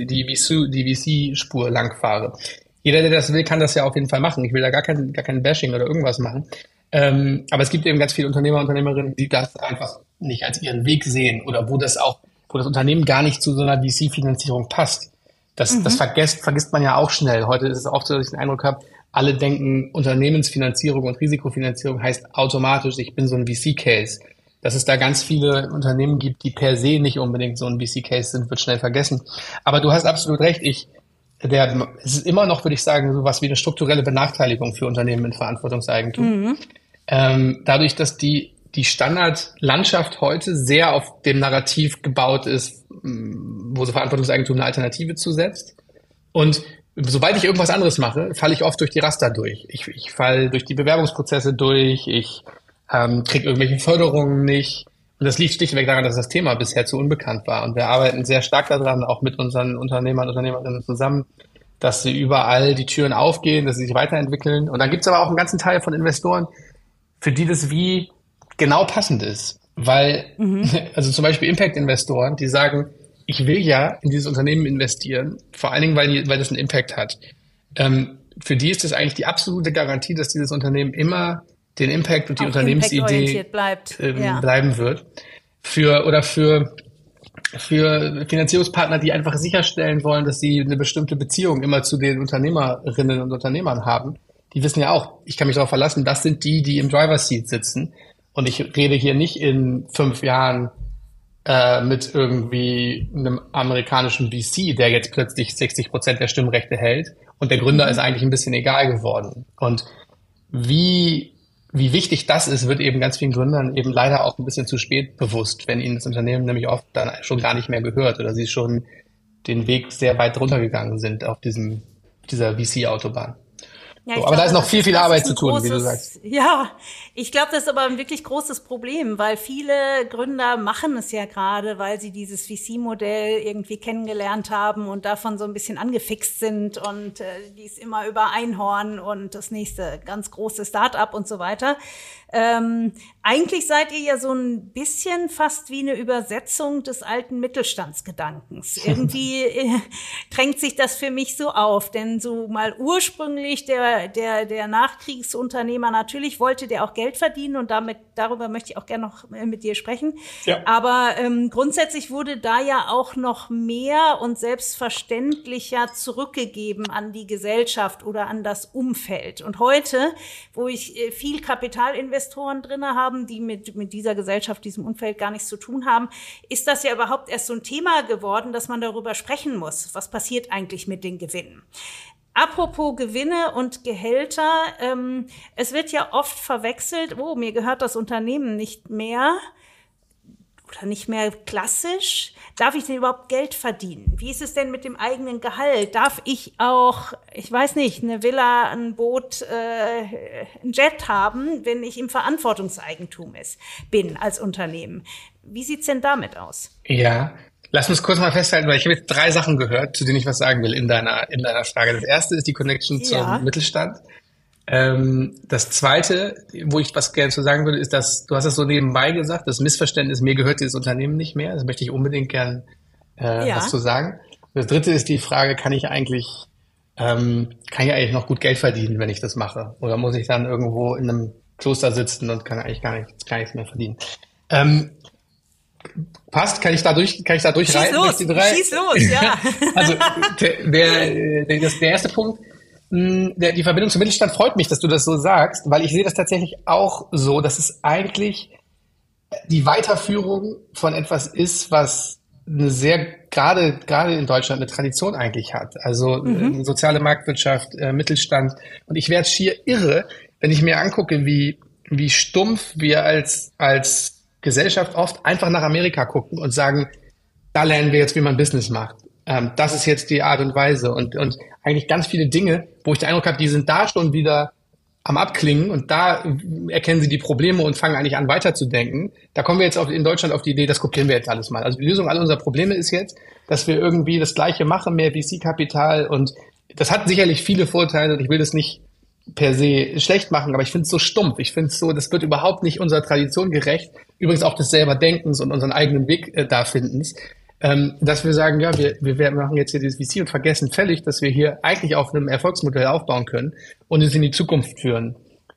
VC-Spur langfahre. Jeder, der das will, kann das ja auf jeden Fall machen. Ich will da gar kein Bashing oder irgendwas machen. Aber es gibt eben ganz viele Unternehmer, Unternehmerinnen, die das einfach nicht als ihren Weg sehen oder wo das Unternehmen gar nicht zu so einer VC-Finanzierung passt. Das vergisst man ja auch schnell. Heute ist es oft so, dass ich den Eindruck habe, alle denken, Unternehmensfinanzierung und Risikofinanzierung heißt automatisch, ich bin so ein VC-Case. Dass es da ganz viele Unternehmen gibt, die per se nicht unbedingt so ein VC-Case sind, wird schnell vergessen. Aber du hast absolut recht. Es ist immer noch, würde ich sagen, so was wie eine strukturelle Benachteiligung für Unternehmen in Verantwortungseigentum. Dadurch, dass die Standardlandschaft heute sehr auf dem Narrativ gebaut ist, wo so Verantwortungseigentum eine Alternative zusetzt. Und sobald ich irgendwas anderes mache, falle ich oft durch die Raster durch. Ich falle durch die Bewerbungsprozesse durch, ich kriege irgendwelche Förderungen nicht. Und das liegt schlichtweg daran, dass das Thema bisher zu unbekannt war. Und wir arbeiten sehr stark daran, auch mit unseren Unternehmern und Unternehmerinnen zusammen, dass sie überall die Türen aufgehen, dass sie sich weiterentwickeln. Und dann gibt es aber auch einen ganzen Teil von Investoren, für die das wie genau passend ist. Weil, also zum Beispiel Impact-Investoren, die sagen, ich will ja in dieses Unternehmen investieren, vor allen Dingen, weil das einen Impact hat. Für die ist das eigentlich die absolute Garantie, dass dieses Unternehmen immer den Impact und die Unternehmensidee bleiben wird. Für Finanzierungspartner, die einfach sicherstellen wollen, dass sie eine bestimmte Beziehung immer zu den Unternehmerinnen und Unternehmern haben, die wissen ja auch, ich kann mich darauf verlassen, das sind die im Driver's Seat sitzen. Und ich rede hier nicht in 5 Jahren mit irgendwie einem amerikanischen VC, der jetzt plötzlich 60% der Stimmrechte hält und der Gründer ist eigentlich ein bisschen egal geworden. Und wie wichtig das ist, wird eben ganz vielen Gründern eben leider auch ein bisschen zu spät bewusst, wenn ihnen das Unternehmen nämlich oft dann schon gar nicht mehr gehört oder sie schon den Weg sehr weit runtergegangen sind auf dieser VC-Autobahn. Ja, so, aber da ist noch viel Arbeit zu tun, wie du sagst. Ja, ich glaube, das ist aber ein wirklich großes Problem, weil viele Gründer machen es ja gerade, weil sie dieses VC-Modell irgendwie kennengelernt haben und davon so ein bisschen angefixt sind und die ist immer über Einhorn und das nächste ganz große Start-up und so weiter. Eigentlich seid ihr ja so ein bisschen fast wie eine Übersetzung des alten Mittelstandsgedankens. Irgendwie drängt sich das für mich so auf, denn so mal ursprünglich der Nachkriegsunternehmer, natürlich wollte der auch Geld verdienen und darüber möchte ich auch gerne noch mit dir sprechen. Ja. Aber grundsätzlich wurde da ja auch noch mehr und selbstverständlicher zurückgegeben an die Gesellschaft oder an das Umfeld. Und heute, wo ich viel Kapitalinvestoren drinne haben, die mit dieser Gesellschaft, diesem Umfeld gar nichts zu tun haben, ist das ja überhaupt erst so ein Thema geworden, dass man darüber sprechen muss. Was passiert eigentlich mit den Gewinnen? Apropos Gewinne und Gehälter, es wird ja oft verwechselt, mir gehört das Unternehmen nicht mehr oder nicht mehr klassisch. Darf ich denn überhaupt Geld verdienen? Wie ist es denn mit dem eigenen Gehalt? Darf ich auch, ich weiß nicht, eine Villa, ein Boot, ein Jet haben, wenn ich im Verantwortungseigentum bin als Unternehmen? Wie sieht's denn damit aus? Ja. Lass uns kurz mal festhalten, weil ich habe jetzt 3 Sachen gehört, zu denen ich was sagen will in deiner Frage. Das erste ist die Connection zum Mittelstand. Das zweite, wo ich was gerne zu sagen würde, ist, dass du hast das so nebenbei gesagt, das Missverständnis, mir gehört dieses Unternehmen nicht mehr. Das möchte ich unbedingt gern was zu sagen. Das dritte ist die Frage, kann ich eigentlich noch gut Geld verdienen, wenn ich das mache? Oder muss ich dann irgendwo in einem Kloster sitzen und kann eigentlich gar nichts mehr verdienen? Passt? Kann ich da durchreiten? Schieß los, ja. Also der erste Punkt, die Verbindung zum Mittelstand freut mich, dass du das so sagst, weil ich sehe das tatsächlich auch so, dass es eigentlich die Weiterführung von etwas ist, was eine sehr, gerade in Deutschland eine Tradition eigentlich hat. Also soziale Marktwirtschaft, Mittelstand. Und ich werde schier irre, wenn ich mir angucke, wie stumpf wir als Gesellschaft oft einfach nach Amerika gucken und sagen, da lernen wir jetzt, wie man Business macht. Das ist jetzt die Art und Weise. Und eigentlich ganz viele Dinge, wo ich den Eindruck habe, die sind da schon wieder am Abklingen und da erkennen sie die Probleme und fangen eigentlich an weiterzudenken. Da kommen wir jetzt in Deutschland auf die Idee, das kopieren wir jetzt alles mal. Also die Lösung aller unserer Probleme ist jetzt, dass wir irgendwie das Gleiche machen, mehr VC-Kapital, und das hat sicherlich viele Vorteile und ich will das nicht per se schlecht machen, aber ich finde es so stumpf. Ich finde es so, das wird überhaupt nicht unserer Tradition gerecht. Übrigens auch des selber Denkens und unseren eigenen Weg da Findens. Dass wir sagen, ja, wir machen jetzt hier dieses VC und vergessen völlig, dass wir hier eigentlich auf einem Erfolgsmodell aufbauen können und es in die Zukunft führen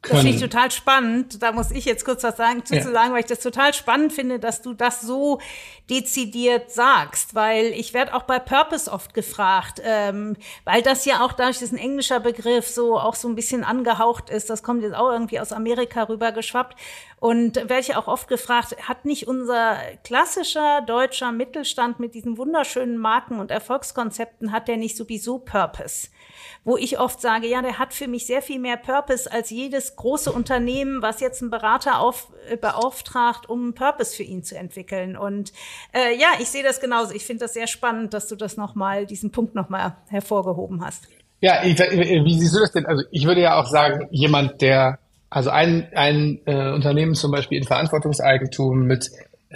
Das finde ich total spannend. Da muss ich jetzt kurz was sagen, weil ich das total spannend finde, dass du das so dezidiert sagst, weil ich werde auch bei Purpose oft gefragt, weil das ja auch dadurch, dass ein englischer Begriff so auch so ein bisschen angehaucht ist, das kommt jetzt auch irgendwie aus Amerika rübergeschwappt, und werde ich auch oft gefragt, hat nicht unser klassischer deutscher Mittelstand mit diesen wunderschönen Marken und Erfolgskonzepten, hat der nicht sowieso Purpose? Wo ich oft sage, ja, der hat für mich sehr viel mehr Purpose als jedes große Unternehmen, was jetzt einen Berater beauftragt, um einen Purpose für ihn zu entwickeln. Und ich sehe das genauso. Ich finde das sehr spannend, dass du das diesen Punkt nochmal hervorgehoben hast. Ja, wie siehst du das denn? Also ich würde ja auch sagen, jemand, der, also ein Unternehmen zum Beispiel in Verantwortungseigentum mit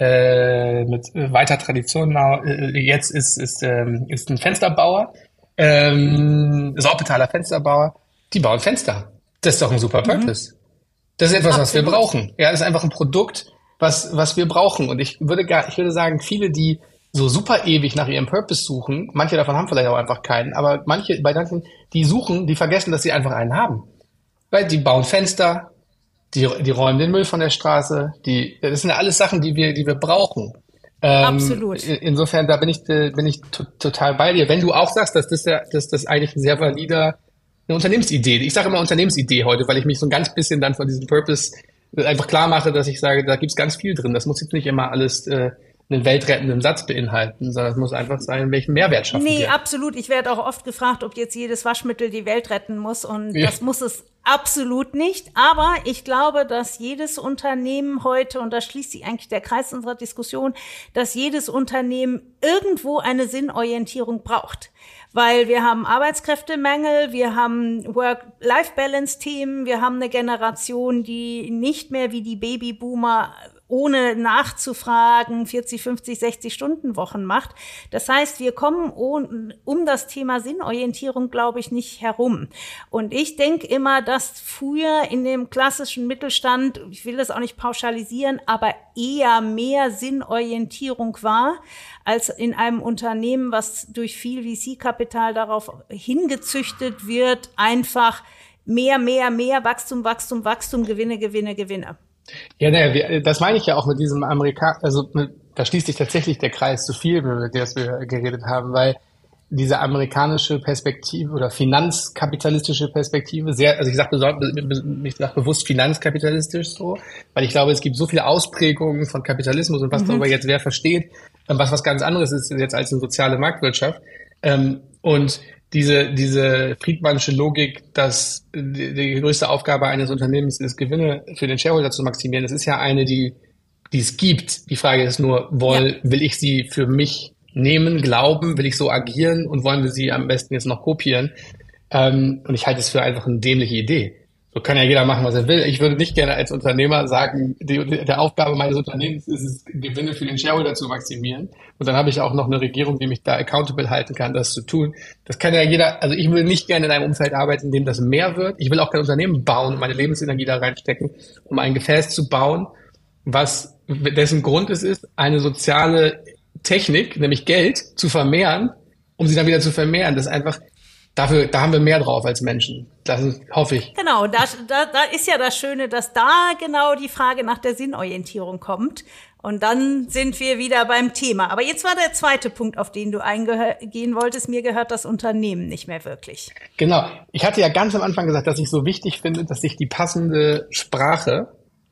weiter Tradition jetzt ist ein Fensterbauer, Sorbetaler Fensterbauer, die bauen Fenster. Das ist doch ein super Purpose. Das ist etwas, was wir brauchen. Ja, das ist einfach ein Produkt, was wir brauchen. Und ich würde sagen, viele, die so super ewig nach ihrem Purpose suchen, manche davon haben vielleicht auch einfach keinen, aber bei manchen, die suchen, die vergessen, dass sie einfach einen haben. Weil die bauen Fenster, die räumen den Müll von der Straße, das sind ja alles Sachen, die wir brauchen. Absolut. Insofern, da bin ich total bei dir. Wenn du auch sagst, dass das eigentlich ein sehr valider eine Unternehmensidee. Ich sage immer Unternehmensidee heute, weil ich mich so ein ganz bisschen dann von diesem Purpose einfach klar mache, dass ich sage, da gibt's ganz viel drin. Das muss jetzt nicht immer alles einen weltrettenden Satz beinhalten, sondern es muss einfach sein, welchen Mehrwert schaffen wir. Nee, absolut. Ich werde auch oft gefragt, ob jetzt jedes Waschmittel die Welt retten muss, und das muss es absolut nicht. Aber ich glaube, dass jedes Unternehmen heute, und da schließt sich eigentlich der Kreis unserer Diskussion, dass jedes Unternehmen irgendwo eine Sinnorientierung braucht. Weil wir haben Arbeitskräftemangel, wir haben Work-Life-Balance-Themen, wir haben eine Generation, die nicht mehr wie die Babyboomer ohne nachzufragen 40, 50, 60-Stunden-Wochen macht. Das heißt, wir kommen um das Thema Sinnorientierung, glaube ich, nicht herum. Und ich denke immer, dass früher in dem klassischen Mittelstand, ich will das auch nicht pauschalisieren, aber eher mehr Sinnorientierung war, als in einem Unternehmen, was durch viel VC-Kapital darauf hingezüchtet wird, einfach mehr, Wachstum, Gewinne. Ja, das meine ich ja auch mit diesem da schließt sich tatsächlich der Kreis zu viel, über das wir geredet haben, weil diese amerikanische Perspektive oder finanzkapitalistische Perspektive ich sage bewusst finanzkapitalistisch so, weil ich glaube, es gibt so viele Ausprägungen von Kapitalismus und was darüber jetzt wer versteht, was ganz anderes ist jetzt als eine soziale Marktwirtschaft. Und diese Friedmansche Logik, dass die größte Aufgabe eines Unternehmens ist, Gewinne für den Shareholder zu maximieren, das ist ja eine, die es gibt. Die Frage ist nur, will ich sie für mich nehmen, glauben, will ich so agieren und wollen wir sie am besten jetzt noch kopieren? Und ich halte es für einfach eine dämliche Idee. So kann ja jeder machen, was er will. Ich würde nicht gerne als Unternehmer sagen, der Aufgabe meines Unternehmens ist es, Gewinne für den Shareholder zu maximieren. Und dann habe ich auch noch eine Regierung, die mich da accountable halten kann, das zu tun. Das kann ja jeder, also ich will nicht gerne in einem Umfeld arbeiten, in dem das mehr wird. Ich will auch kein Unternehmen bauen und meine Lebensenergie da reinstecken, um ein Gefäß zu bauen, dessen Grund es ist, eine soziale Technik, nämlich Geld, zu vermehren, um sie dann wieder zu vermehren. Das ist einfach, da haben wir mehr drauf als Menschen. Das hoffe ich. Genau, da ist ja das Schöne, dass da genau die Frage nach der Sinnorientierung kommt. Und dann sind wir wieder beim Thema. Aber jetzt war der zweite Punkt, auf den du eingehen wolltest. Mir gehört das Unternehmen nicht mehr wirklich. Genau. Ich hatte ja ganz am Anfang gesagt, dass ich so wichtig finde, dass sich die passende Sprache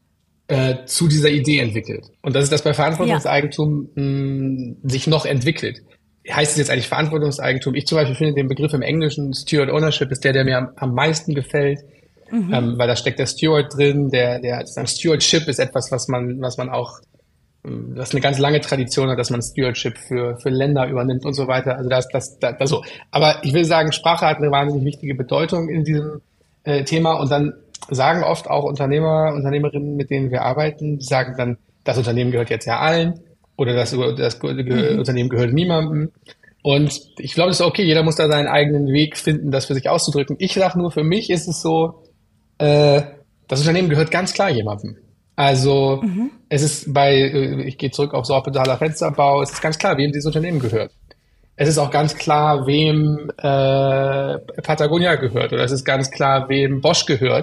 zu dieser Idee entwickelt. Und das ist das bei Verantwortungseigentum sich noch entwickelt. Heißt es jetzt eigentlich Verantwortungseigentum? Ich zum Beispiel finde den Begriff im Englischen Steward Ownership ist der mir am meisten gefällt, weil da steckt der Steward drin. Der Stewardship ist etwas, was man auch, das eine ganz lange Tradition hat, dass man Stewardship für Länder übernimmt und so weiter. Also das so. Aber ich will sagen, Sprache hat eine wahnsinnig wichtige Bedeutung in diesem Thema, und dann sagen oft auch Unternehmerinnen, mit denen wir arbeiten, die sagen dann, das Unternehmen gehört jetzt ja allen. Oder das Unternehmen gehört niemandem. Und ich glaube, es ist okay, jeder muss da seinen eigenen Weg finden, das für sich auszudrücken. Ich sage nur, für mich ist es so, das Unternehmen gehört ganz klar jemandem. Also es ist ich gehe zurück auf Sorbetaler Fensterbau, es ist ganz klar, wem dieses Unternehmen gehört. Es ist auch ganz klar, wem Patagonia gehört, oder es ist ganz klar, wem Bosch gehört.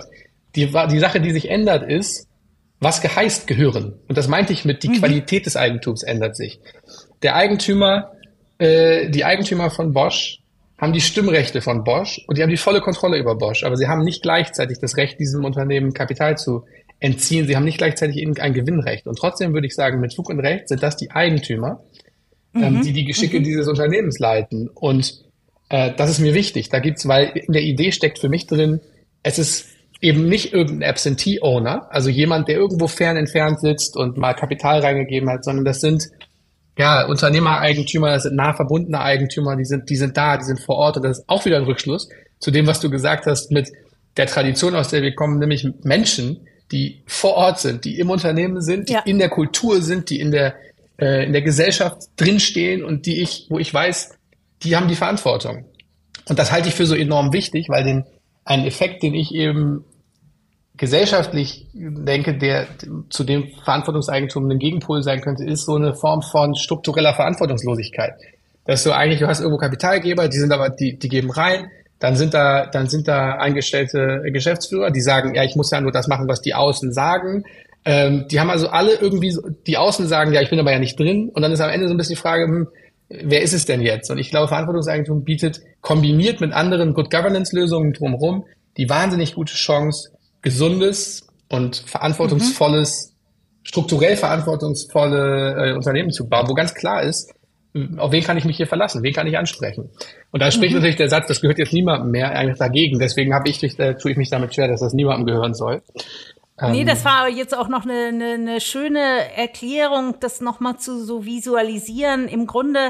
Die Sache, die sich ändert, ist, was heißt gehören. Und das meinte ich mit, die Qualität des Eigentums ändert sich. Die Eigentümer von Bosch haben die Stimmrechte von Bosch und die haben die volle Kontrolle über Bosch. Aber sie haben nicht gleichzeitig das Recht, diesem Unternehmen Kapital zu entziehen. Sie haben nicht gleichzeitig ein Gewinnrecht. Und trotzdem würde ich sagen, mit Fug und Recht sind das die Eigentümer, die Geschicke dieses Unternehmens leiten. Und das ist mir wichtig. Weil in der Idee steckt für mich drin, es ist eben nicht irgendein Absentee-Owner, also jemand, der irgendwo fern entfernt sitzt und mal Kapital reingegeben hat, sondern das sind Unternehmereigentümer, das sind nah verbundene Eigentümer, die sind da, die sind vor Ort. Und das ist auch wieder ein Rückschluss zu dem, was du gesagt hast mit der Tradition, aus der wir kommen, nämlich Menschen, die vor Ort sind, die im Unternehmen sind, die in der Kultur sind, die in der Gesellschaft drinstehen und wo ich weiß, die haben die Verantwortung. Und das halte ich für so enorm wichtig, weil ein Effekt, den ich eben gesellschaftlich denke, der zu dem Verantwortungseigentum ein Gegenpol sein könnte, ist so eine Form von struktureller Verantwortungslosigkeit. Dass du hast irgendwo Kapitalgeber, die geben rein, dann sind da eingestellte Geschäftsführer, die sagen, ja, ich muss ja nur das machen, was die Außen sagen. Die haben also alle irgendwie die Außen sagen, ja, ich bin aber ja nicht drin. Und dann ist am Ende so ein bisschen die Frage, wer ist es denn jetzt? Und ich glaube, Verantwortungseigentum bietet kombiniert mit anderen Good Governance-Lösungen drumherum die wahnsinnig gute Chance, gesundes und verantwortungsvolles, strukturell verantwortungsvolle Unternehmen zu bauen, wo ganz klar ist, auf wen kann ich mich hier verlassen, wen kann ich ansprechen. Und da spricht natürlich der Satz, das gehört jetzt niemandem mehr, eigentlich dagegen. Deswegen tue ich mich damit schwer, dass das niemandem gehören soll. Nee, das war jetzt auch noch eine schöne Erklärung, das nochmal zu so visualisieren. Im Grunde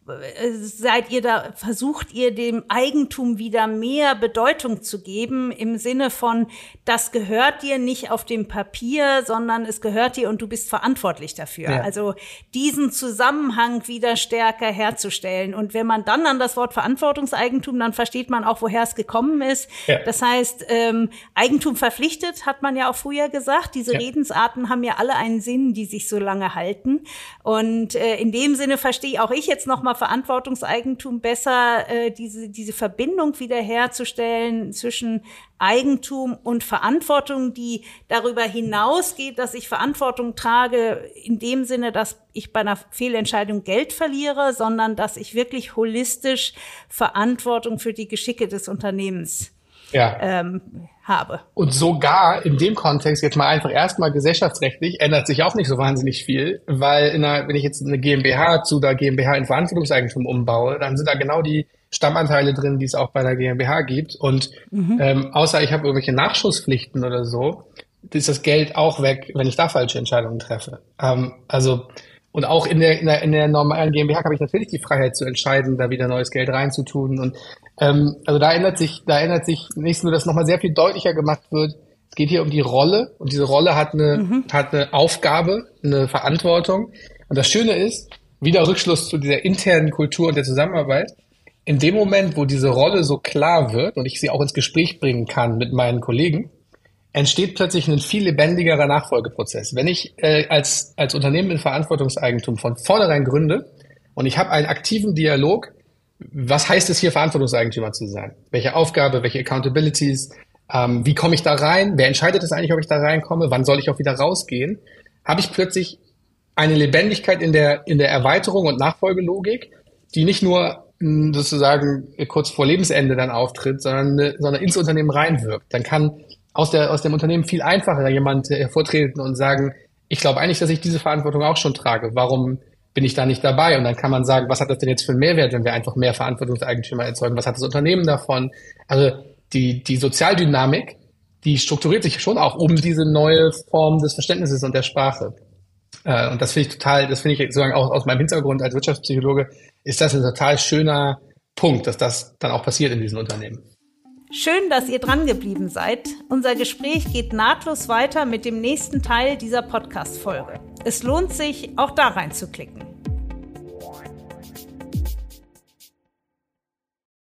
versucht ihr dem Eigentum wieder mehr Bedeutung zu geben, im Sinne von, das gehört dir nicht auf dem Papier, sondern es gehört dir und du bist verantwortlich dafür. Ja. Also diesen Zusammenhang wieder stärker herzustellen. Und wenn man dann an das Wort Verantwortungseigentum, dann versteht man auch, woher es gekommen ist. Ja. Das heißt, Eigentum verpflichtet, hat man ja auch früher gesagt. Diese Redensarten haben ja alle einen Sinn, die sich so lange halten. Und in dem Sinne verstehe auch ich jetzt nochmal Verantwortungseigentum besser, diese Verbindung wiederherzustellen zwischen Eigentum und Verantwortung, die darüber hinausgeht, dass ich Verantwortung trage in dem Sinne, dass ich bei einer Fehlentscheidung Geld verliere, sondern dass ich wirklich holistisch Verantwortung für die Geschicke des Unternehmens habe. Und sogar in dem Kontext jetzt mal einfach erstmal gesellschaftsrechtlich ändert sich auch nicht so wahnsinnig viel, weil wenn ich jetzt eine GmbH zu der GmbH in Verantwortungseigentum umbaue, dann sind da genau die Stammanteile drin, die es auch bei der GmbH gibt. Und außer ich habe irgendwelche Nachschusspflichten oder so, ist das Geld auch weg, wenn ich da falsche Entscheidungen treffe. Und auch in der normalen GmbH habe ich natürlich die Freiheit zu entscheiden, da wieder neues Geld reinzutun. Und also da ändert sich nicht nur, dass nochmal sehr viel deutlicher gemacht wird. Es geht hier um die Rolle und diese Rolle hat eine Aufgabe, eine Verantwortung. Und das Schöne ist, wieder Rückschluss zu dieser internen Kultur und der Zusammenarbeit. In dem Moment, wo diese Rolle so klar wird und ich sie auch ins Gespräch bringen kann mit meinen Kollegen, entsteht plötzlich ein viel lebendigerer Nachfolgeprozess. Wenn ich als Unternehmen in Verantwortungseigentum von vornherein gründe und ich habe einen aktiven Dialog, was heißt es hier, Verantwortungseigentümer zu sein? Welche Aufgabe, welche Accountabilities, wie komme ich da rein? Wer entscheidet es eigentlich, ob ich da reinkomme? Wann soll ich auch wieder rausgehen? Habe ich plötzlich eine Lebendigkeit in der Erweiterung und Nachfolgelogik, die nicht nur sozusagen kurz vor Lebensende dann auftritt, sondern ins Unternehmen reinwirkt. Dann kann aus dem Unternehmen viel einfacher jemand hervortreten und sagen, ich glaube eigentlich, dass ich diese Verantwortung auch schon trage. Warum bin ich da nicht dabei? Und dann kann man sagen, was hat das denn jetzt für einen Mehrwert, wenn wir einfach mehr Verantwortungseigentümer erzeugen? Was hat das Unternehmen davon? Also die Sozialdynamik, die strukturiert sich schon auch um diese neue Form des Verständnisses und der Sprache. Und das finde ich sozusagen auch aus meinem Hintergrund als Wirtschaftspsychologe, ist das ein total schöner Punkt, dass das dann auch passiert in diesen Unternehmen. Schön, dass ihr dran geblieben seid. Unser Gespräch geht nahtlos weiter mit dem nächsten Teil dieser Podcast-Folge. Es lohnt sich, auch da reinzuklicken.